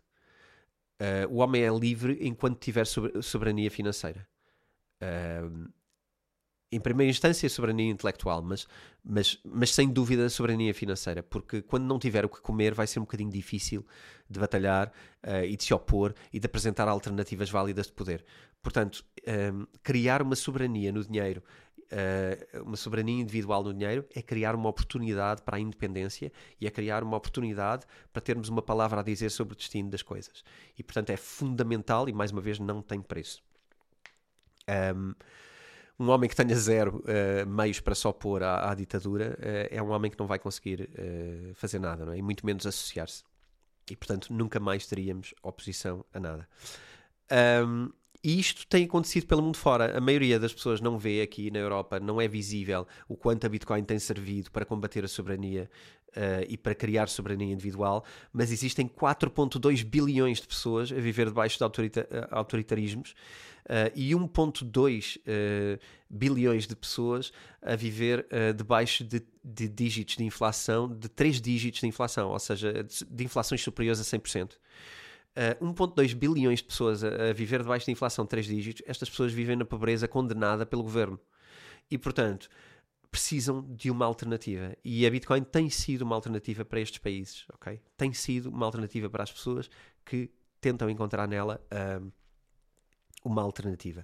Uh, o homem é livre enquanto tiver soberania financeira. Uh, em primeira instância, soberania intelectual, mas, mas, mas sem dúvida soberania financeira, porque quando não tiver o que comer vai ser um bocadinho difícil de batalhar uh, e de se opor e de apresentar alternativas válidas de poder. Portanto, um, criar uma soberania no dinheiro, uh, uma soberania individual no dinheiro, é criar uma oportunidade para a independência e é criar uma oportunidade para termos uma palavra a dizer sobre o destino das coisas. E, portanto, é fundamental e, mais uma vez, não tem preço. Um, Um homem que tenha zero uh, meios para se opor à, à ditadura uh, é um homem que não vai conseguir uh, fazer nada, não é? E muito menos associar-se. E, portanto, nunca mais teríamos oposição a nada. Um, e isto tem acontecido pelo mundo fora. A maioria das pessoas não vê aqui na Europa, não é visível o quanto a Bitcoin tem servido para combater a soberania uh, e para criar soberania individual, mas existem quatro vírgula dois bilhões de pessoas a viver debaixo de autorita- autoritarismos. Uh, e um vírgula dois uh, bilhões de pessoas a viver uh, debaixo de, de dígitos de inflação, de três dígitos de inflação, ou seja, de, de inflações superiores a cem por cento. Uh, um vírgula dois bilhões de pessoas a, a viver debaixo de inflação de três dígitos, estas pessoas vivem na pobreza condenada pelo governo. E, portanto, precisam de uma alternativa. E a Bitcoin tem sido uma alternativa para estes países, ok? Tem sido uma alternativa para as pessoas que tentam encontrar nela Uh, uma alternativa.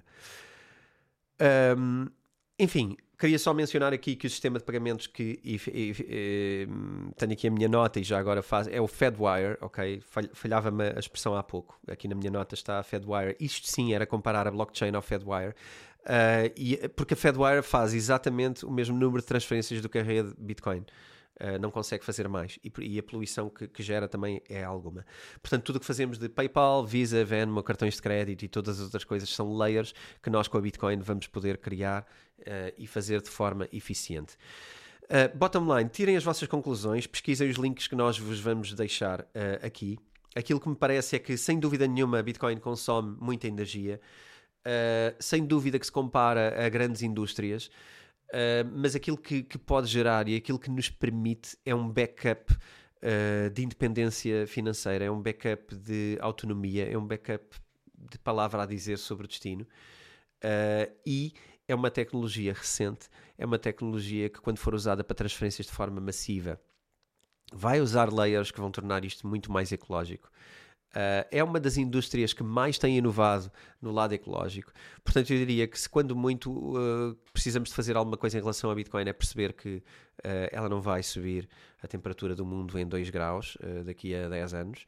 Um, enfim, queria só mencionar aqui que o sistema de pagamentos que e, e, e, tenho aqui a minha nota e já agora faz, é o Fedwire, ok? Falhava-me a expressão há pouco. Aqui na minha nota está a Fedwire. Isto sim era comparar a blockchain ao Fedwire. Uh, e, porque a Fedwire faz exatamente o mesmo número de transferências do que a rede Bitcoin. Uh, não consegue fazer mais e, e a poluição que, que gera também é alguma. Portanto, tudo o que fazemos de PayPal, Visa, Venmo, cartões de crédito e todas as outras coisas são layers que nós com a Bitcoin vamos poder criar uh, e fazer de forma eficiente. Uh, bottom line, tirem as vossas conclusões, pesquisem os links que nós vos vamos deixar uh, aqui. Aquilo que me parece é que, sem dúvida nenhuma, a Bitcoin consome muita energia, uh, sem dúvida que se compara a grandes indústrias. Uh, mas aquilo que, que pode gerar e aquilo que nos permite é um backup uh, de independência financeira, é um backup de autonomia, é um backup de palavra a dizer sobre o destino uh, e é uma tecnologia recente, é uma tecnologia que, quando for usada para transferências de forma massiva, vai usar layers que vão tornar isto muito mais ecológico. Uh, é uma das indústrias que mais tem inovado no lado ecológico. Portanto, eu diria que se quando muito uh, precisamos de fazer alguma coisa em relação à Bitcoin é perceber que uh, ela não vai subir a temperatura do mundo em dois graus uh, daqui a dez anos.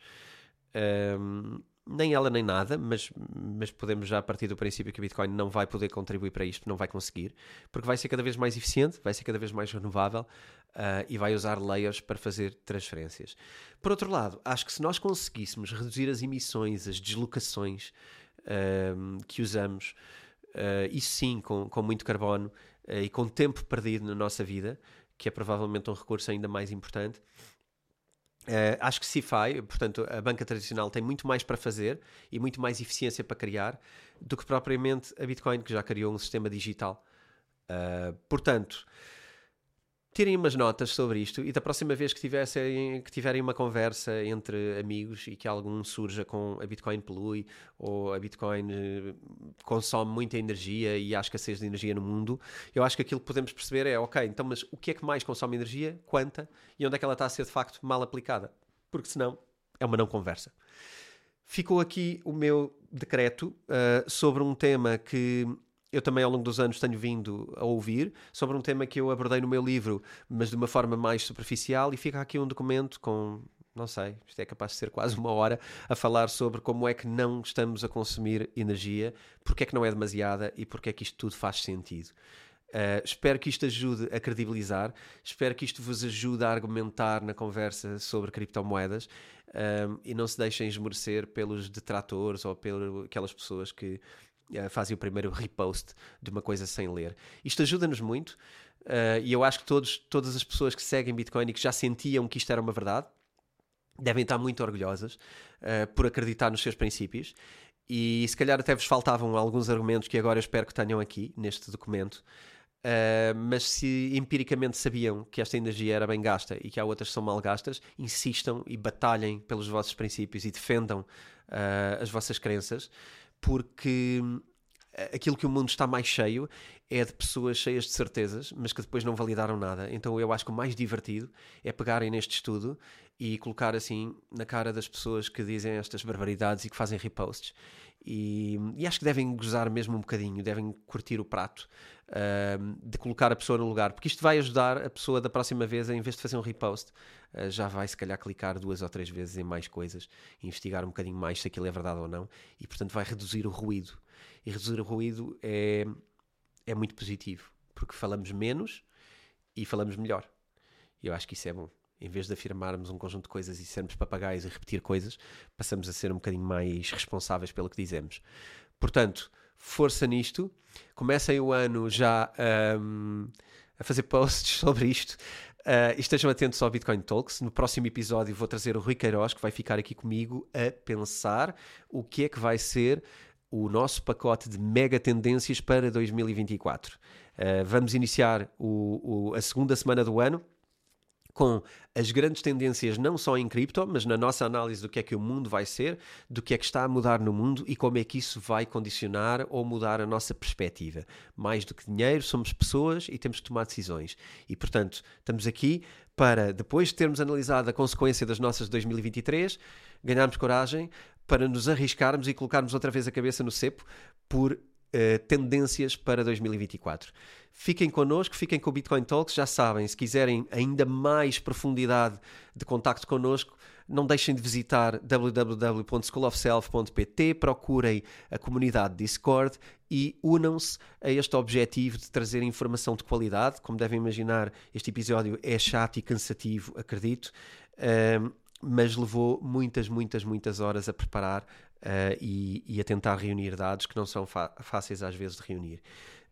Um, nem ela nem nada, mas, mas podemos já partir do princípio que a Bitcoin não vai poder contribuir para isto, não vai conseguir, porque vai ser cada vez mais eficiente, vai ser cada vez mais renovável uh, e vai usar layers para fazer transferências. Por outro lado, acho que se nós conseguíssemos reduzir as emissões, as deslocações uh, que usamos, uh, isso sim, com, com muito carbono uh, e com tempo perdido na nossa vida, que é provavelmente um recurso ainda mais importante, Uh, acho que CeFi, portanto, a banca tradicional tem muito mais para fazer e muito mais eficiência para criar do que propriamente a Bitcoin, que já criou um sistema digital. Uh, portanto, tirem umas notas sobre isto e da próxima vez que, tivessem, que tiverem uma conversa entre amigos e que algum surja com a Bitcoin polui ou a Bitcoin uh, consome muita energia e há escassez de energia no mundo, eu acho que aquilo que podemos perceber é, ok, então mas o que é que mais consome energia, quanta e onde é que ela está a ser de facto mal aplicada? Porque senão é uma não conversa. Ficou aqui o meu decreto uh, sobre um tema que eu também ao longo dos anos tenho vindo a ouvir, sobre um tema que eu abordei no meu livro, mas de uma forma mais superficial, e fica aqui um documento com, não sei, isto é capaz de ser quase uma hora, a falar sobre como é que não estamos a consumir energia, porque é que não é demasiada e porque é que isto tudo faz sentido. Uh, espero que isto ajude a credibilizar, espero que isto vos ajude a argumentar na conversa sobre criptomoedas um, e não se deixem esmorecer pelos detratores ou pelas aquelas pessoas que Uh, fazem o primeiro repost de uma coisa sem ler. Isto ajuda-nos muito uh, e eu acho que todos, todas as pessoas que seguem Bitcoin e que já sentiam que isto era uma verdade devem estar muito orgulhosas uh, por acreditar nos seus princípios e se calhar até vos faltavam alguns argumentos que agora eu espero que tenham aqui neste documento, uh, mas se empiricamente sabiam que esta energia era bem gasta e que há outras que são mal gastas, insistam e batalhem pelos vossos princípios e defendam uh, as vossas crenças, porque aquilo que o mundo está mais cheio é de pessoas cheias de certezas, mas que depois não validaram nada. Então eu acho que o mais divertido é pegarem neste estudo e colocar assim na cara das pessoas que dizem estas barbaridades e que fazem reposts. E, e acho que devem gozar mesmo um bocadinho, devem curtir o prato uh, de colocar a pessoa no lugar, porque isto vai ajudar a pessoa da próxima vez, em vez de fazer um repost, uh, já vai se calhar clicar duas ou três vezes em mais coisas, investigar um bocadinho mais se aquilo é verdade ou não, e portanto vai reduzir o ruído. E reduzir o ruído é, é muito positivo, porque falamos menos e falamos melhor. E eu acho que isso é bom. Em vez de afirmarmos um conjunto de coisas e sermos papagaios e repetir coisas, passamos a ser um bocadinho mais responsáveis pelo que dizemos. Portanto, força nisto. Comecem o ano já um, a fazer posts sobre isto. Uh, e estejam atentos ao Bitcoin Talks. No próximo episódio vou trazer o Rui Queiroz, que vai ficar aqui comigo a pensar o que é que vai ser o nosso pacote de mega tendências para dois mil e vinte e quatro. Uh, vamos iniciar o, o, a segunda semana do ano com as grandes tendências não só em cripto, mas na nossa análise do que é que o mundo vai ser, do que é que está a mudar no mundo e como é que isso vai condicionar ou mudar a nossa perspectiva. Mais do que dinheiro, somos pessoas e temos que tomar decisões. E, portanto, estamos aqui para, depois de termos analisado a consequência das nossas dois mil e vinte e três, ganharmos coragem para nos arriscarmos e colocarmos outra vez a cabeça no cepo por Uh, tendências para dois mil e vinte e quatro. Fiquem connosco, fiquem com o Bitcoin Talks, já sabem, se quiserem ainda mais profundidade de contacto connosco, não deixem de visitar w w w ponto school of self ponto p t, procurem a comunidade Discord e unam-se a este objetivo de trazer informação de qualidade. Como devem imaginar, este episódio é chato e cansativo, acredito, uh, mas levou muitas, muitas, muitas horas a preparar Uh, e, e a tentar reunir dados que não são fa- fáceis às vezes de reunir.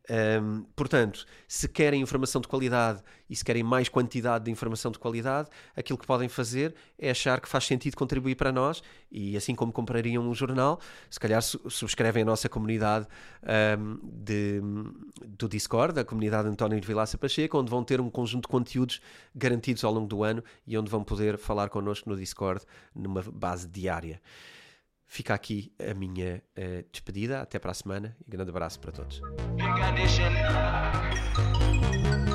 Um, portanto, se querem informação de qualidade e se querem mais quantidade de informação de qualidade, aquilo que podem fazer é achar que faz sentido contribuir para nós e assim como comprariam um jornal, se calhar su- subscrevem a nossa comunidade um, de, do Discord, a comunidade António de Vilaça Pacheco, onde vão ter um conjunto de conteúdos garantidos ao longo do ano e onde vão poder falar connosco no Discord numa base diária. Fica aqui a minha uh, despedida. Até para a semana e grande abraço para todos.